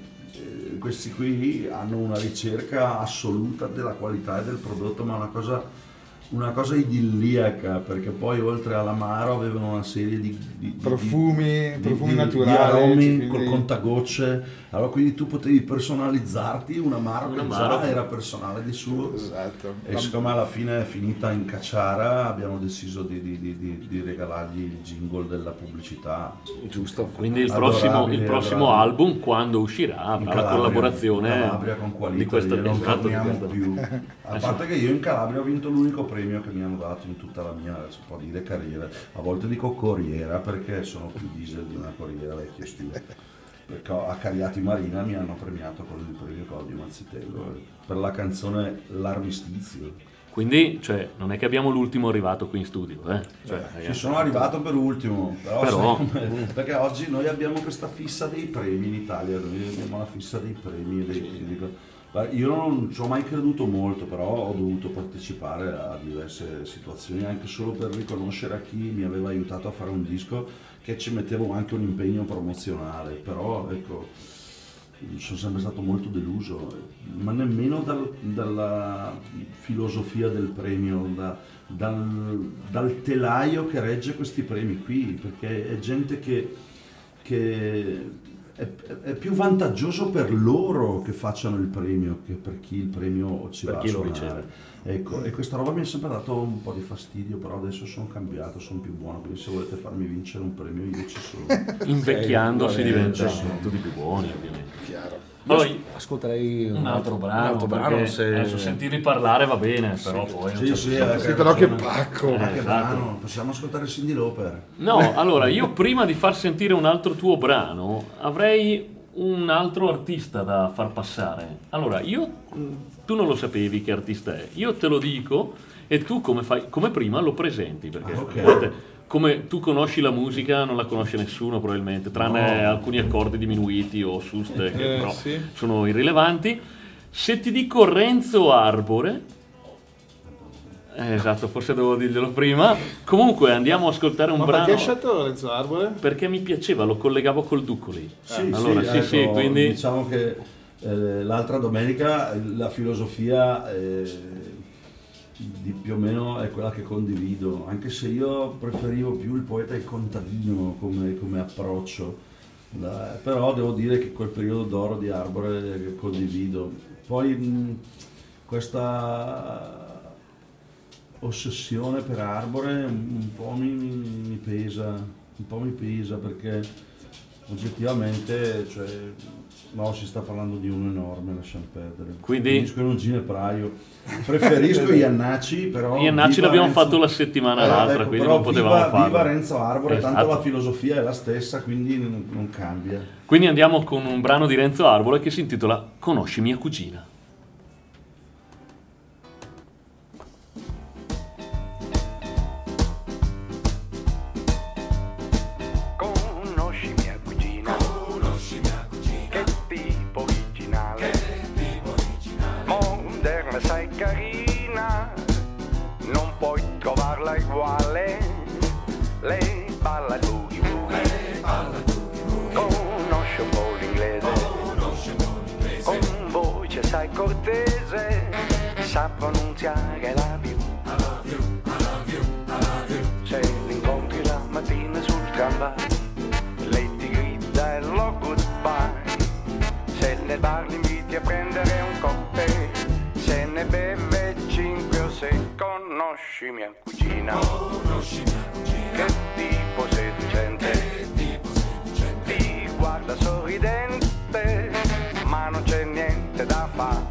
eh, questi qui hanno una ricerca assoluta della qualità e del prodotto, ma una cosa, una cosa idilliaca, perché poi oltre all'amaro avevano una serie di, di- di- Profumi, di- profumi di- naturali, di aromi quindi- col contagocce, allora quindi tu potevi personalizzarti un amaro Un che amaro. già era personale di suo. Esatto. E siccome alla fine è finita in cacciara, abbiamo deciso di, di- di- di- di regalargli il jingle della pubblicità. Giusto. Quindi il Adorabile, prossimo, il prossimo adorabile. album, quando uscirà, In avrà la Calabria, collaborazione in Calabria con Qualità, di questa non esatto, di torniamo questa- più. A parte che io in Calabria ho vinto l'unico premio che mi hanno dato in tutta la mia, si può dire, carriera. A volte dico corriera perché sono più diesel di una corriera vecchio stile. Perché a Cariati Marina mi hanno premiato con il premio Claudio Mazzitello eh, per la canzone L'armistizio. Quindi, cioè, non è che abbiamo l'ultimo arrivato qui in studio, eh? Cioè, Ci ragazzi, sono arrivato per ultimo, però, Però- sai com'è? Perché oggi noi abbiamo questa fissa dei premi in Italia, noi abbiamo la fissa dei premi e dei, dico- Guarda, io non ci ho mai creduto molto, però ho dovuto partecipare a diverse situazioni anche solo per riconoscere a chi mi aveva aiutato a fare un disco che ci mettevo anche un impegno promozionale, però ecco, sono sempre stato molto deluso, ma nemmeno dal- dalla filosofia del premio, da- dal, dal telaio che regge questi premi qui, perché è gente che, che è, è più vantaggioso per loro che facciano il premio che per chi il premio ci Per va chi a lo suonare. riceve. Ecco, e questa roba mi ha sempre dato un po' di fastidio, però adesso sono cambiato, sono più buono, quindi se volete farmi vincere un premio io ci sono. invecchiando si Sì, diventa sì. tutti più buoni, ovviamente. Chiaro. Allora, Ascolterei un altro brano, un altro brano perché se... adesso sentirli parlare va bene, però poi... a un Sì, certo sì, punto- eh, Sentilo che ragione. pacco. Ma che esatto. brano, possiamo ascoltare Cyndi Lauper. No, allora io prima di far sentire un altro tuo brano avrei un altro artista da far passare. Allora, io mh, tu non lo sapevi che artista è, io te lo dico e tu come fai come prima lo presenti, perché Ah, ok. ovviamente, come tu conosci la musica non la conosce nessuno probabilmente, tranne No. alcuni accordi diminuiti o suste che Eh, però sì. sono irrilevanti. Se ti dico Renzo Arbore, eh, esatto, forse dovevo dirglielo prima. Comunque andiamo a ascoltare un Ma brano perché hai scelto Lorenzo Arbore? perché mi piaceva, lo collegavo col Duccoli. Sì, allora, sì, ecco, sì, quindi diciamo che eh, l'altra domenica eh, la filosofia eh, di più o meno è quella che condivido, anche se io preferivo più il poeta e il contadino come, come approccio, La- però devo dire che quel periodo d'oro di Arbore condivido. Poi mh, questa ossessione per Arbore un po' mi, mi pesa, un po' mi pesa perché oggettivamente, cioè, No, si sta parlando di uno enorme, lasciamo perdere. Quindi- Finisco in un ginepraio. Preferisco Iannacci, però. Iannacci viva l'abbiamo Renzo- fatto la settimana Eh, l'altra, ecco, quindi però non potevamo viva, farlo. Viva Renzo Arbore, tanto Esatto. la filosofia è la stessa, quindi non, non cambia. Quindi andiamo con un brano di Renzo Arbore che si intitola Conosci mia cugina. Conosci mia cugina, conosci mia cugina, che tipo originale, che tipo originale, moderna, sai carina, non puoi trovarla uguale, lei balla il boogie woogie, conosce un po' l'inglese, con voce sai cortese, sa pronunziare la V. Se l'incontri la mattina sul tramvai, lei ti grida hello goodbye. Se nel bar l'inviti a prendere un cocktail, se ne beve cinque o sei, conosci mia cugina, che tipo seducente, ti guarda sorridente, ma non c'è niente da fare.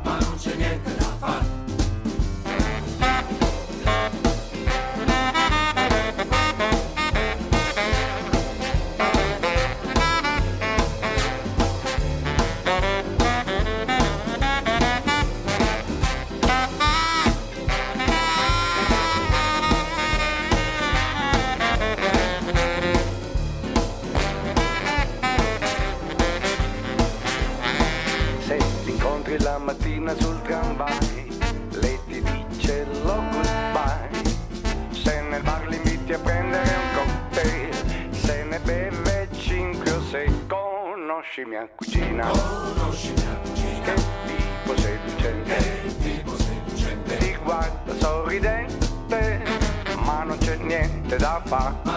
Se l'incontri la mattina sul tramvai, lei ti dice lo goodbye. Se nel bar l'inviti a prendere un cocktail, se ne beve cinque o sei, conosci mia cugina, che tipo seducente, ti guarda sorridente, ma non c'è niente da fare.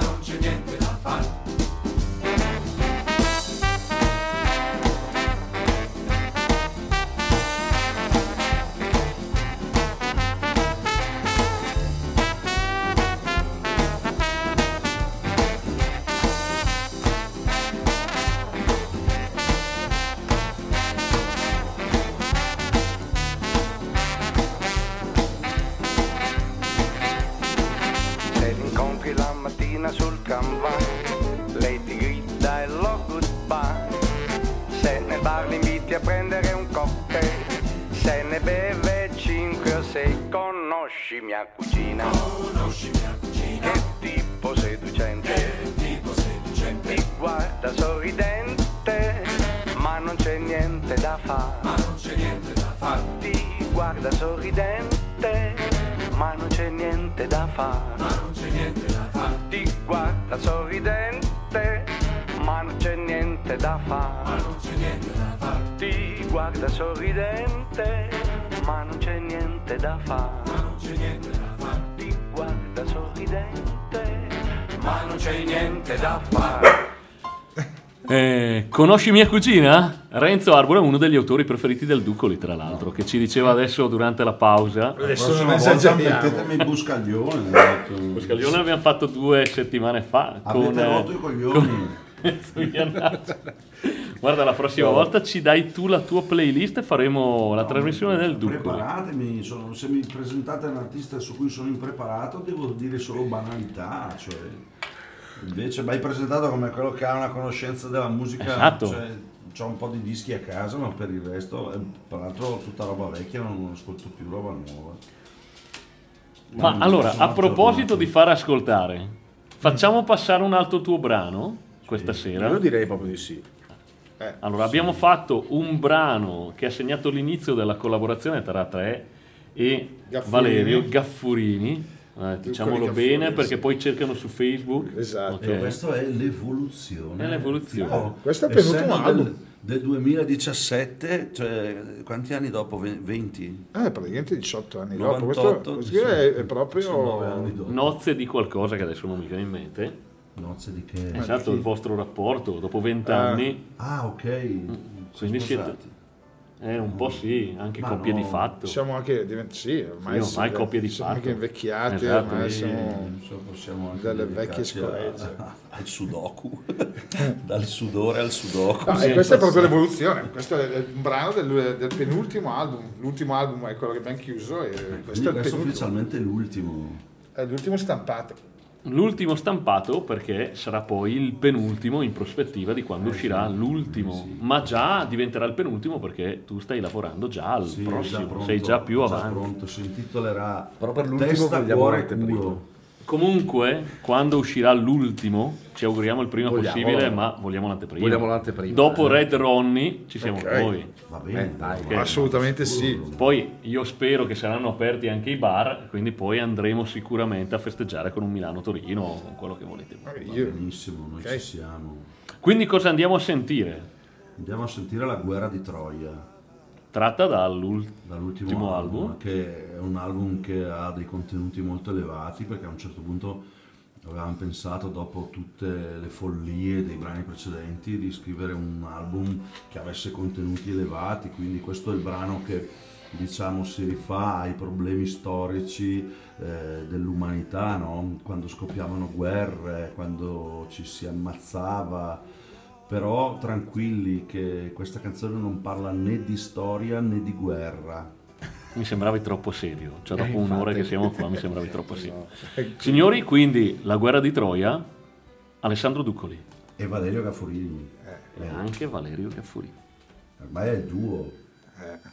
Se l'incontri la mattina sul tramvai, lei ti grida hello goodbye. Se nel bar l'inviti a prendere un cocktail, se ne beve cinque o sei, conosci mia cugina, che tipo seducente, ti guarda sorridente, ma non c'è niente da fare. Ti guarda sorridente, ma non c'è niente da fare. Ti guarda sorridente, ma non c'è niente da fare. Ti guarda sorridente, ma non c'è niente da fare. Ti guarda sorridente, ma non c'è niente da fare. Eh, conosci mia cugina? Renzo Arbore è uno degli autori preferiti del Duccoli, tra l'altro, che ci diceva adesso durante la pausa. Adesso Prossima non volta esageriamo. mettetemi Buscaglione. ho detto. Buscaglione l'abbiamo fatto due settimane fa. Avete con, eh, rotto i coglioni. sugli annunci. Guarda, la prossima volta ci dai tu la tua playlist e faremo la trasmissione del Duccoli. Preparatemi, sono- se mi presentate un artista su cui sono impreparato devo dire solo banalità, cioè, invece mi hai presentato come quello che ha una conoscenza della musica, Esatto. cioè, c'ho un po' di dischi a casa, ma per il resto, eh, tra l'altro tutta roba vecchia, non, non ascolto più roba nuova. Ma non allora, sono a proposito aggiornato. di far ascoltare, facciamo passare un altro tuo brano questa sera. Io direi proprio di sì. Allora, abbiamo fatto un brano che ha segnato l'inizio della collaborazione tra te e Gaffurini. Valerio Gaffurini. Eh, diciamolo Gaffuri, bene sì. perché poi cercano su Facebook. Esatto. Ok. E questo è l'evoluzione. È l'evoluzione. Tipo, Questo è venuto un essendo album. del, del duemiladiciassette, cioè quanti anni dopo? Ve- venti? Eh, praticamente diciotto anni dopo. novantotto, Questo, questo è, è diciannove anni proprio... dopo. Nozze di qualcosa che adesso non mi viene in mente. Nozze di che? Esatto, il vostro rapporto dopo vent'anni. Ah, ok. Quindi siete, Sposati. Eh, un po' sì, anche Ma coppie no, di fatto. Siamo anche divent- sì, ormai, Sì, ormai siamo- coppie di siamo fatto. anche invecchiati, Esatto, ormai sì. siamo Insomma, possiamo anche delle dedicarci vecchie scoregge. a- a- al sudoku, dal sudore al sudoku. No, Sì, e questa è proprio sì. l'evoluzione. Questo è un brano del, del penultimo album. L'ultimo album è quello che abbiamo chiuso e questo Quindi è il questo è penultimo. ufficialmente l'ultimo. È l'ultimo stampato. L'ultimo stampato perché sarà poi il penultimo in prospettiva di quando uscirà l'ultimo, ma già diventerà il penultimo perché tu stai lavorando già al Sì, è prossimo, già pronto, sei già più già avanti. pronto, si intitolerà Però per l'ultimo Testa, vogliamo cuore, l'anteprima. culo. Comunque, quando uscirà l'ultimo, ci auguriamo il prima Vogliamo, possibile, no? ma vogliamo l'anteprima. Vogliamo l'anteprima, Dopo eh. Red Ronnie ci siamo Ok. noi. Va bene, Eh, dai, va ok. bene. Assolutamente sì. Poi io spero che saranno aperti anche i bar, quindi poi andremo sicuramente a festeggiare con un Milano-Torino o con quello che volete. Va Io- benissimo, noi Ok. ci siamo. Quindi cosa andiamo a sentire? Andiamo a sentire La guerra di Troia, Tratta dall'ultimo dall'ultimo Ultimo album, album. che è un album che ha dei contenuti molto elevati, perché a un certo punto avevamo pensato, dopo tutte le follie dei brani precedenti, di scrivere un album che avesse contenuti elevati, quindi questo è il brano che, diciamo, si rifà ai problemi storici eh, dell'umanità, no? Quando scoppiavano guerre, quando ci si ammazzava. Però tranquilli che questa canzone non parla né di storia né di guerra. Mi sembravi troppo serio, cioè dopo Eh, un'ora infatti. che siamo qua mi sembravi troppo serio. Eh, Signori, quindi La guerra di Troia, Alessandro Duccoli E Valerio Gaffurini, e anche Valerio Gaffurini. ormai è il duo. eh.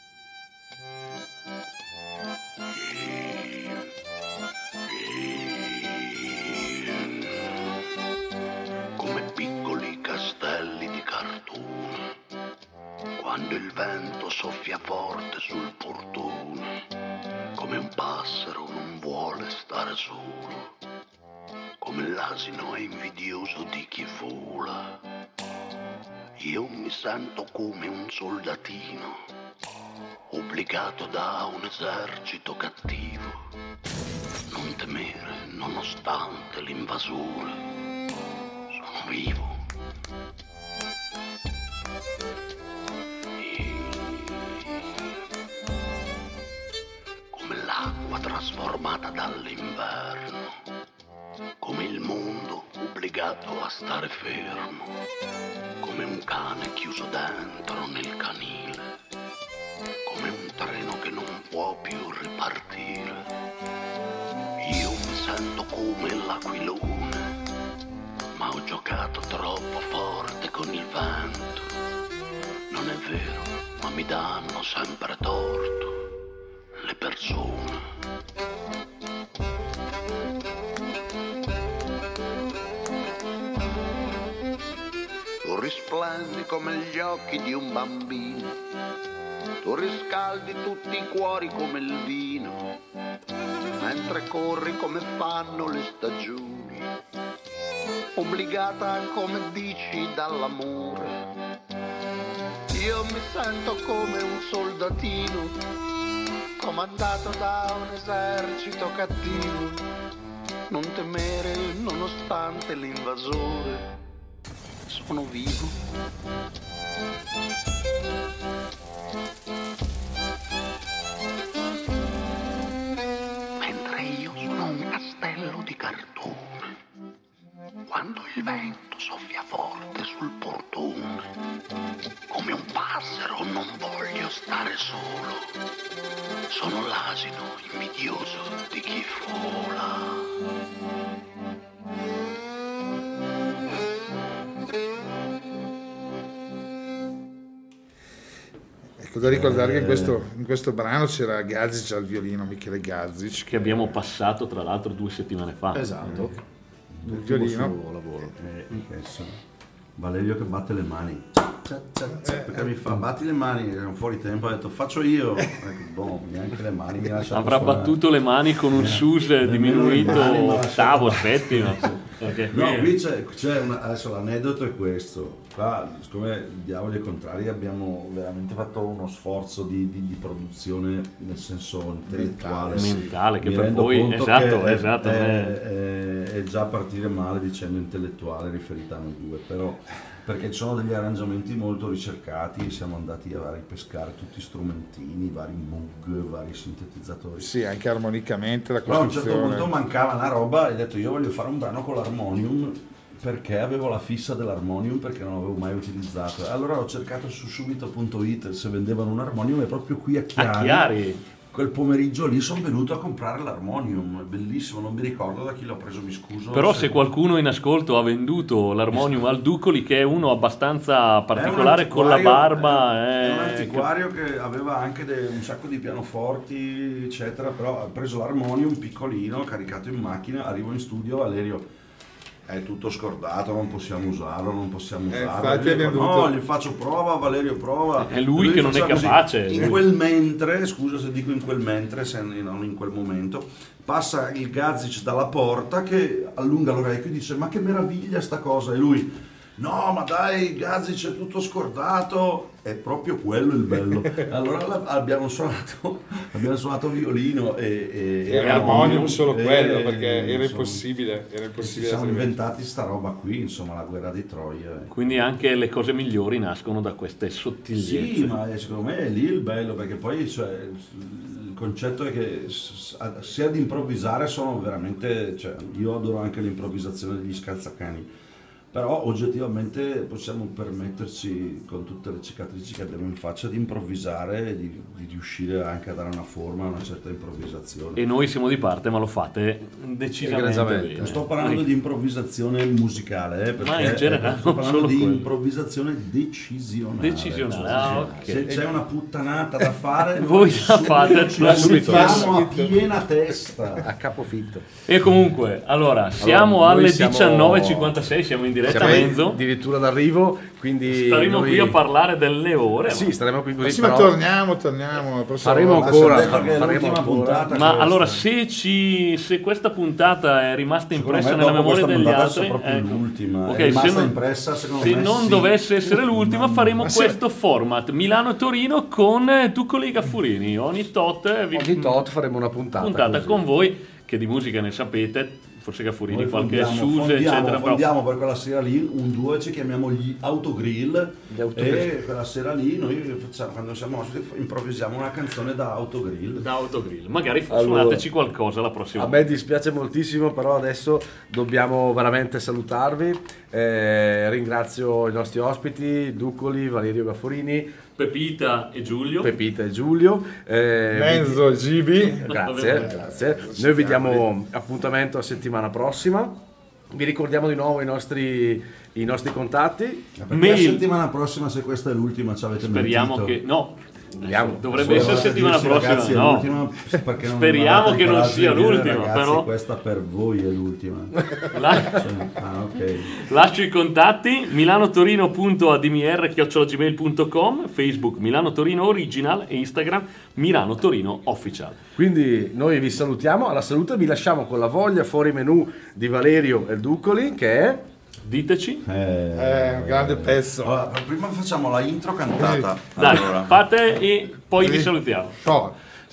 Come piccoli castelli di cartone, quando il vento soffia forte sul portone, come un passero non vuole stare solo, come l'asino è invidioso di chi vola. Io mi sento come un soldatino, obbligato da un esercito cattivo. Non temere, nonostante l'invasore. Sono vivo. Come l'acqua trasformata dall'inverno, come il mondo obbligato a stare fermo, come un cane chiuso dentro nel canile, come un treno che non può più ripartire. Io mi sento come l'aquilone, ma ho giocato troppo forte con il vento. Non è vero, ma mi danno sempre torto le persone. Tu risplendi come gli occhi di un bambino, tu riscaldi tutti i cuori come il vino, mentre corri come fanno le stagioni, obbligata come dici dall'amore. Io mi sento come un soldatino, comandato da un esercito cattivo. Non temere nonostante l'invasore, sono vivo. Mentre io sono un castello di cartone, quando il vento soffia forte sul portone, come un passero non voglio stare solo, sono l'asino invidioso di chi vola. Ecco, da ricordare che in questo, in questo brano c'era Gazic al violino, Michele Gazic, Che abbiamo passato tra l'altro due settimane fa. Esatto. il L'ultimo violino. suo lavoro. Adesso, Valerio che batte le mani. Cia, cia, cia, perché mi fa batti le mani, era un fuori tempo, ha detto faccio io. Ecco, boh, neanche le mani mi lascia Avrà battuto le mani con un sus diminuito mani, ma- ottavo, settimo. Perché No, qui- qui c'è, c'è una- adesso l'aneddoto è questo. Qua, siccome Diavoli e Contrari abbiamo veramente fatto uno sforzo di, di- di produzione nel senso intellettuale. Mentale, che Mi per rendo voi- conto esatto, che è, esatto, È, eh. è- è già partire male dicendo intellettuale riferita a noi due, però perché ci sono degli arrangiamenti molto ricercati, siamo andati a ripescare tutti strumentini, vari Moog, vari sintetizzatori. Sì, anche armonicamente la Però a un costruzione. certo punto mancava una roba e ho detto io voglio fare un brano con l'armonium, perché avevo la fissa dell'armonium, perché non l'avevo mai utilizzato. Allora ho cercato su subito punto it se vendevano un armonium, e proprio qui a Chiari, A Chiari. quel pomeriggio lì sono venuto a comprare l'armonium, è bellissimo, non mi ricordo da chi l'ho preso, mi scuso. Però se qualcuno in ascolto ha venduto l'armonium al Ducoli, che è uno abbastanza particolare con la barba, è, è, un antiquario che aveva anche de- un sacco di pianoforti eccetera, però ha preso l'armonium piccolino, caricato in macchina, arrivo in studio, Valerio è tutto scordato, non possiamo usarlo, non possiamo Eh, usarlo. infatti Io abbiamo dico, dovuto- no, gli faccio prova, Valerio prova. È lui che non è faceva così. capace. In quel mentre, scusa se dico in quel mentre, se non in quel momento, passa il Gazic dalla porta che allunga l'orecchio e dice ma che meraviglia sta cosa, e lui no ma dai Gazic è tutto scordato, è proprio quello il bello. Allora la- abbiamo suonato abbiamo suonato violino e, e, E armonium solo e- quello, perché era insomma, impossibile, era ci impossibile. siamo altrimenti. inventati sta roba qui, insomma, la guerra di Troia. ecco. Quindi anche le cose migliori nascono da queste sottigliezze. Sì, ma è- secondo me è lì il bello, perché poi cioè, il concetto è che s- s- se ad improvvisare sono veramente, cioè, io adoro anche l'improvvisazione degli scalzacani, però oggettivamente possiamo permetterci, con tutte le cicatrici che abbiamo in faccia, di improvvisare e di, di riuscire anche a dare una forma a una certa improvvisazione. E noi siamo di parte, ma lo fate decisamente Egregiamente. bene. Non sto parlando di improvvisazione musicale, eh, perché Ma in generale, sto non parlando solo di quello. improvvisazione decisionale. Decisionale, Cioè, ah, ok. Se c'è una puttanata da fare, Voi la fate ci la subito. mettiamo a piena testa. A capofitto. E comunque, allora, siamo Allora, noi alle siamo- diciannove e cinquantasei, siamo in diretta a Siamo mezzo. addirittura d'arrivo, quindi Staremo noi- qui a parlare delle ore. Sì, staremo qui Ma così, sì, ma però torniamo, torniamo. la prossima faremo volta. ancora, detto che è faremo l'ultima ancora. puntata. Ma questa. allora, se, ci, se questa puntata è rimasta Secondo impressa me nella dopo memoria questa degli puntata altri, è proprio ecco. l'ultima, Ok, è rimasta se non, impressa, secondo se me, non sì. dovesse essere l'ultima, faremo Ma sì. questo format Milano-Torino con eh, Ducoli e Gaffurini. Ogni tot, eh, vi- Ogni tot faremo una puntata. puntata così. con voi, che di musica ne sapete, forse Gaffurini Noi qualche fondiamo, Suse, fondiamo, eccetera. Però fondiamo per quella sera lì un duo, ci chiamiamo gli Autogrill, Gli Autogrill. e quella sera lì noi facciamo, quando siamo ospiti, improvvisiamo una canzone da Autogrill. da Autogrill, magari Allora, suonateci qualcosa la prossima A me dispiace moltissimo, però adesso dobbiamo veramente salutarvi. Eh, ringrazio i nostri ospiti, Ducoli, Valerio Gaffurini, Pepita e Giulio. Pepita e Giulio. Eh, Mezzo G B. Grazie, grazie. Noi vi diamo appuntamento a settimana prossima. Vi ricordiamo di nuovo i nostri, i nostri contatti. Perché Mail. la settimana prossima, se questa è l'ultima, ci avete Speriamo mentito. che no. Vediamo. Dovrebbe Solo essere settimana dirci, prossima, ragazzi, è no. l'ultima, perché non Speriamo avete che non imparato sia a dire, l'ultima, ragazzi, però. questa per voi è l'ultima. La- Cioè, ah, ok. Lascio i contatti: milanotorino punto a d m r chiocciola gmail punto com, Facebook Milano Torino Original e Instagram Milano Torino Official. Quindi noi vi salutiamo, alla salute, vi lasciamo con la voglia fuori menù di Valerio e Ducoli, che è... Diteci. Eh, È un grande pezzo. allora, prima facciamo la intro cantata. Dai, Allora. fate e poi vi Sì. salutiamo. Oh,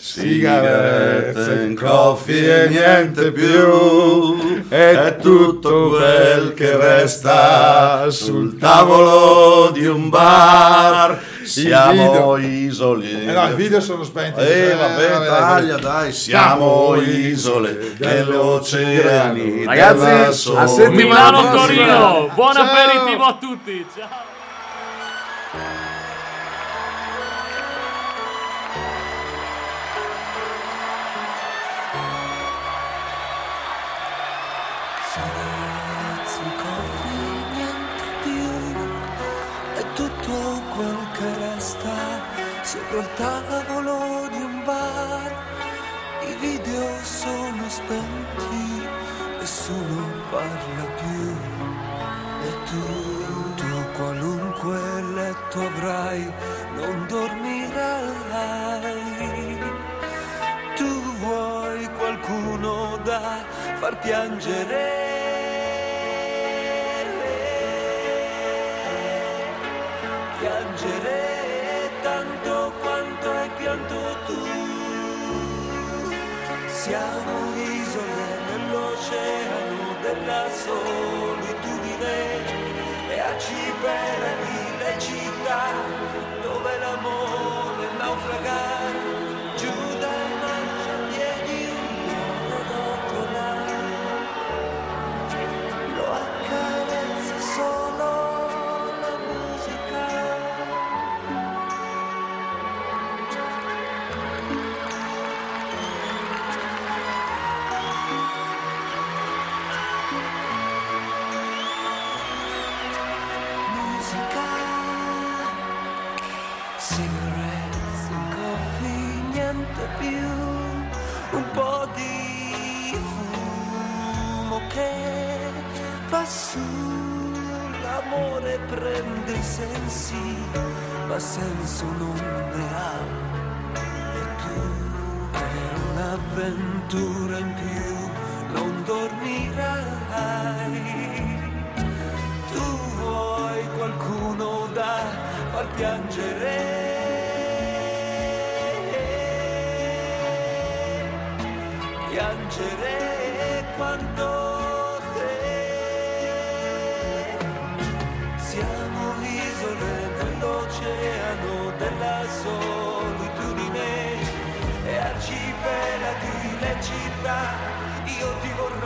Sigarette, coffee e niente più, è tutto quel che resta sul tavolo di un bar. Siamo isole. Eh no, i video sono spenti. Eh vabbè, vabbè, taglia dai, siamo isole delle oceani. Ragazzi, della a sole. settimana Milano prossima. Torino, buon Ciao. aperitivo a tutti. Ciao. Sigarette, coffee, niente più, è tutto quel che resta sopra il tavolo di un bar. I video sono spenti, nessuno parla più. E tu, tu qualunque letto avrai, non dormirai. Tu vuoi qualcuno da far piangere. Piangere tanto quanto hai pianto tu. Siamo isole nell'oceano della solitudine e a arcipelaghi, le città dove l'amore naufraga giù dai marciapiedi, un cuore rotolare lo accarezza solo la musica. Musica, cigarettes and coffee, niente più, un po' di fumo che va su, l'amore prende i sensi, ma senso non ne ha, e tu per un'avventura in più non dormirai. Tu vuoi qualcuno da far piangere, piangere quando te siamo isole nell'oceano della solitudine e arcipelaghi, le città, io ti vorrei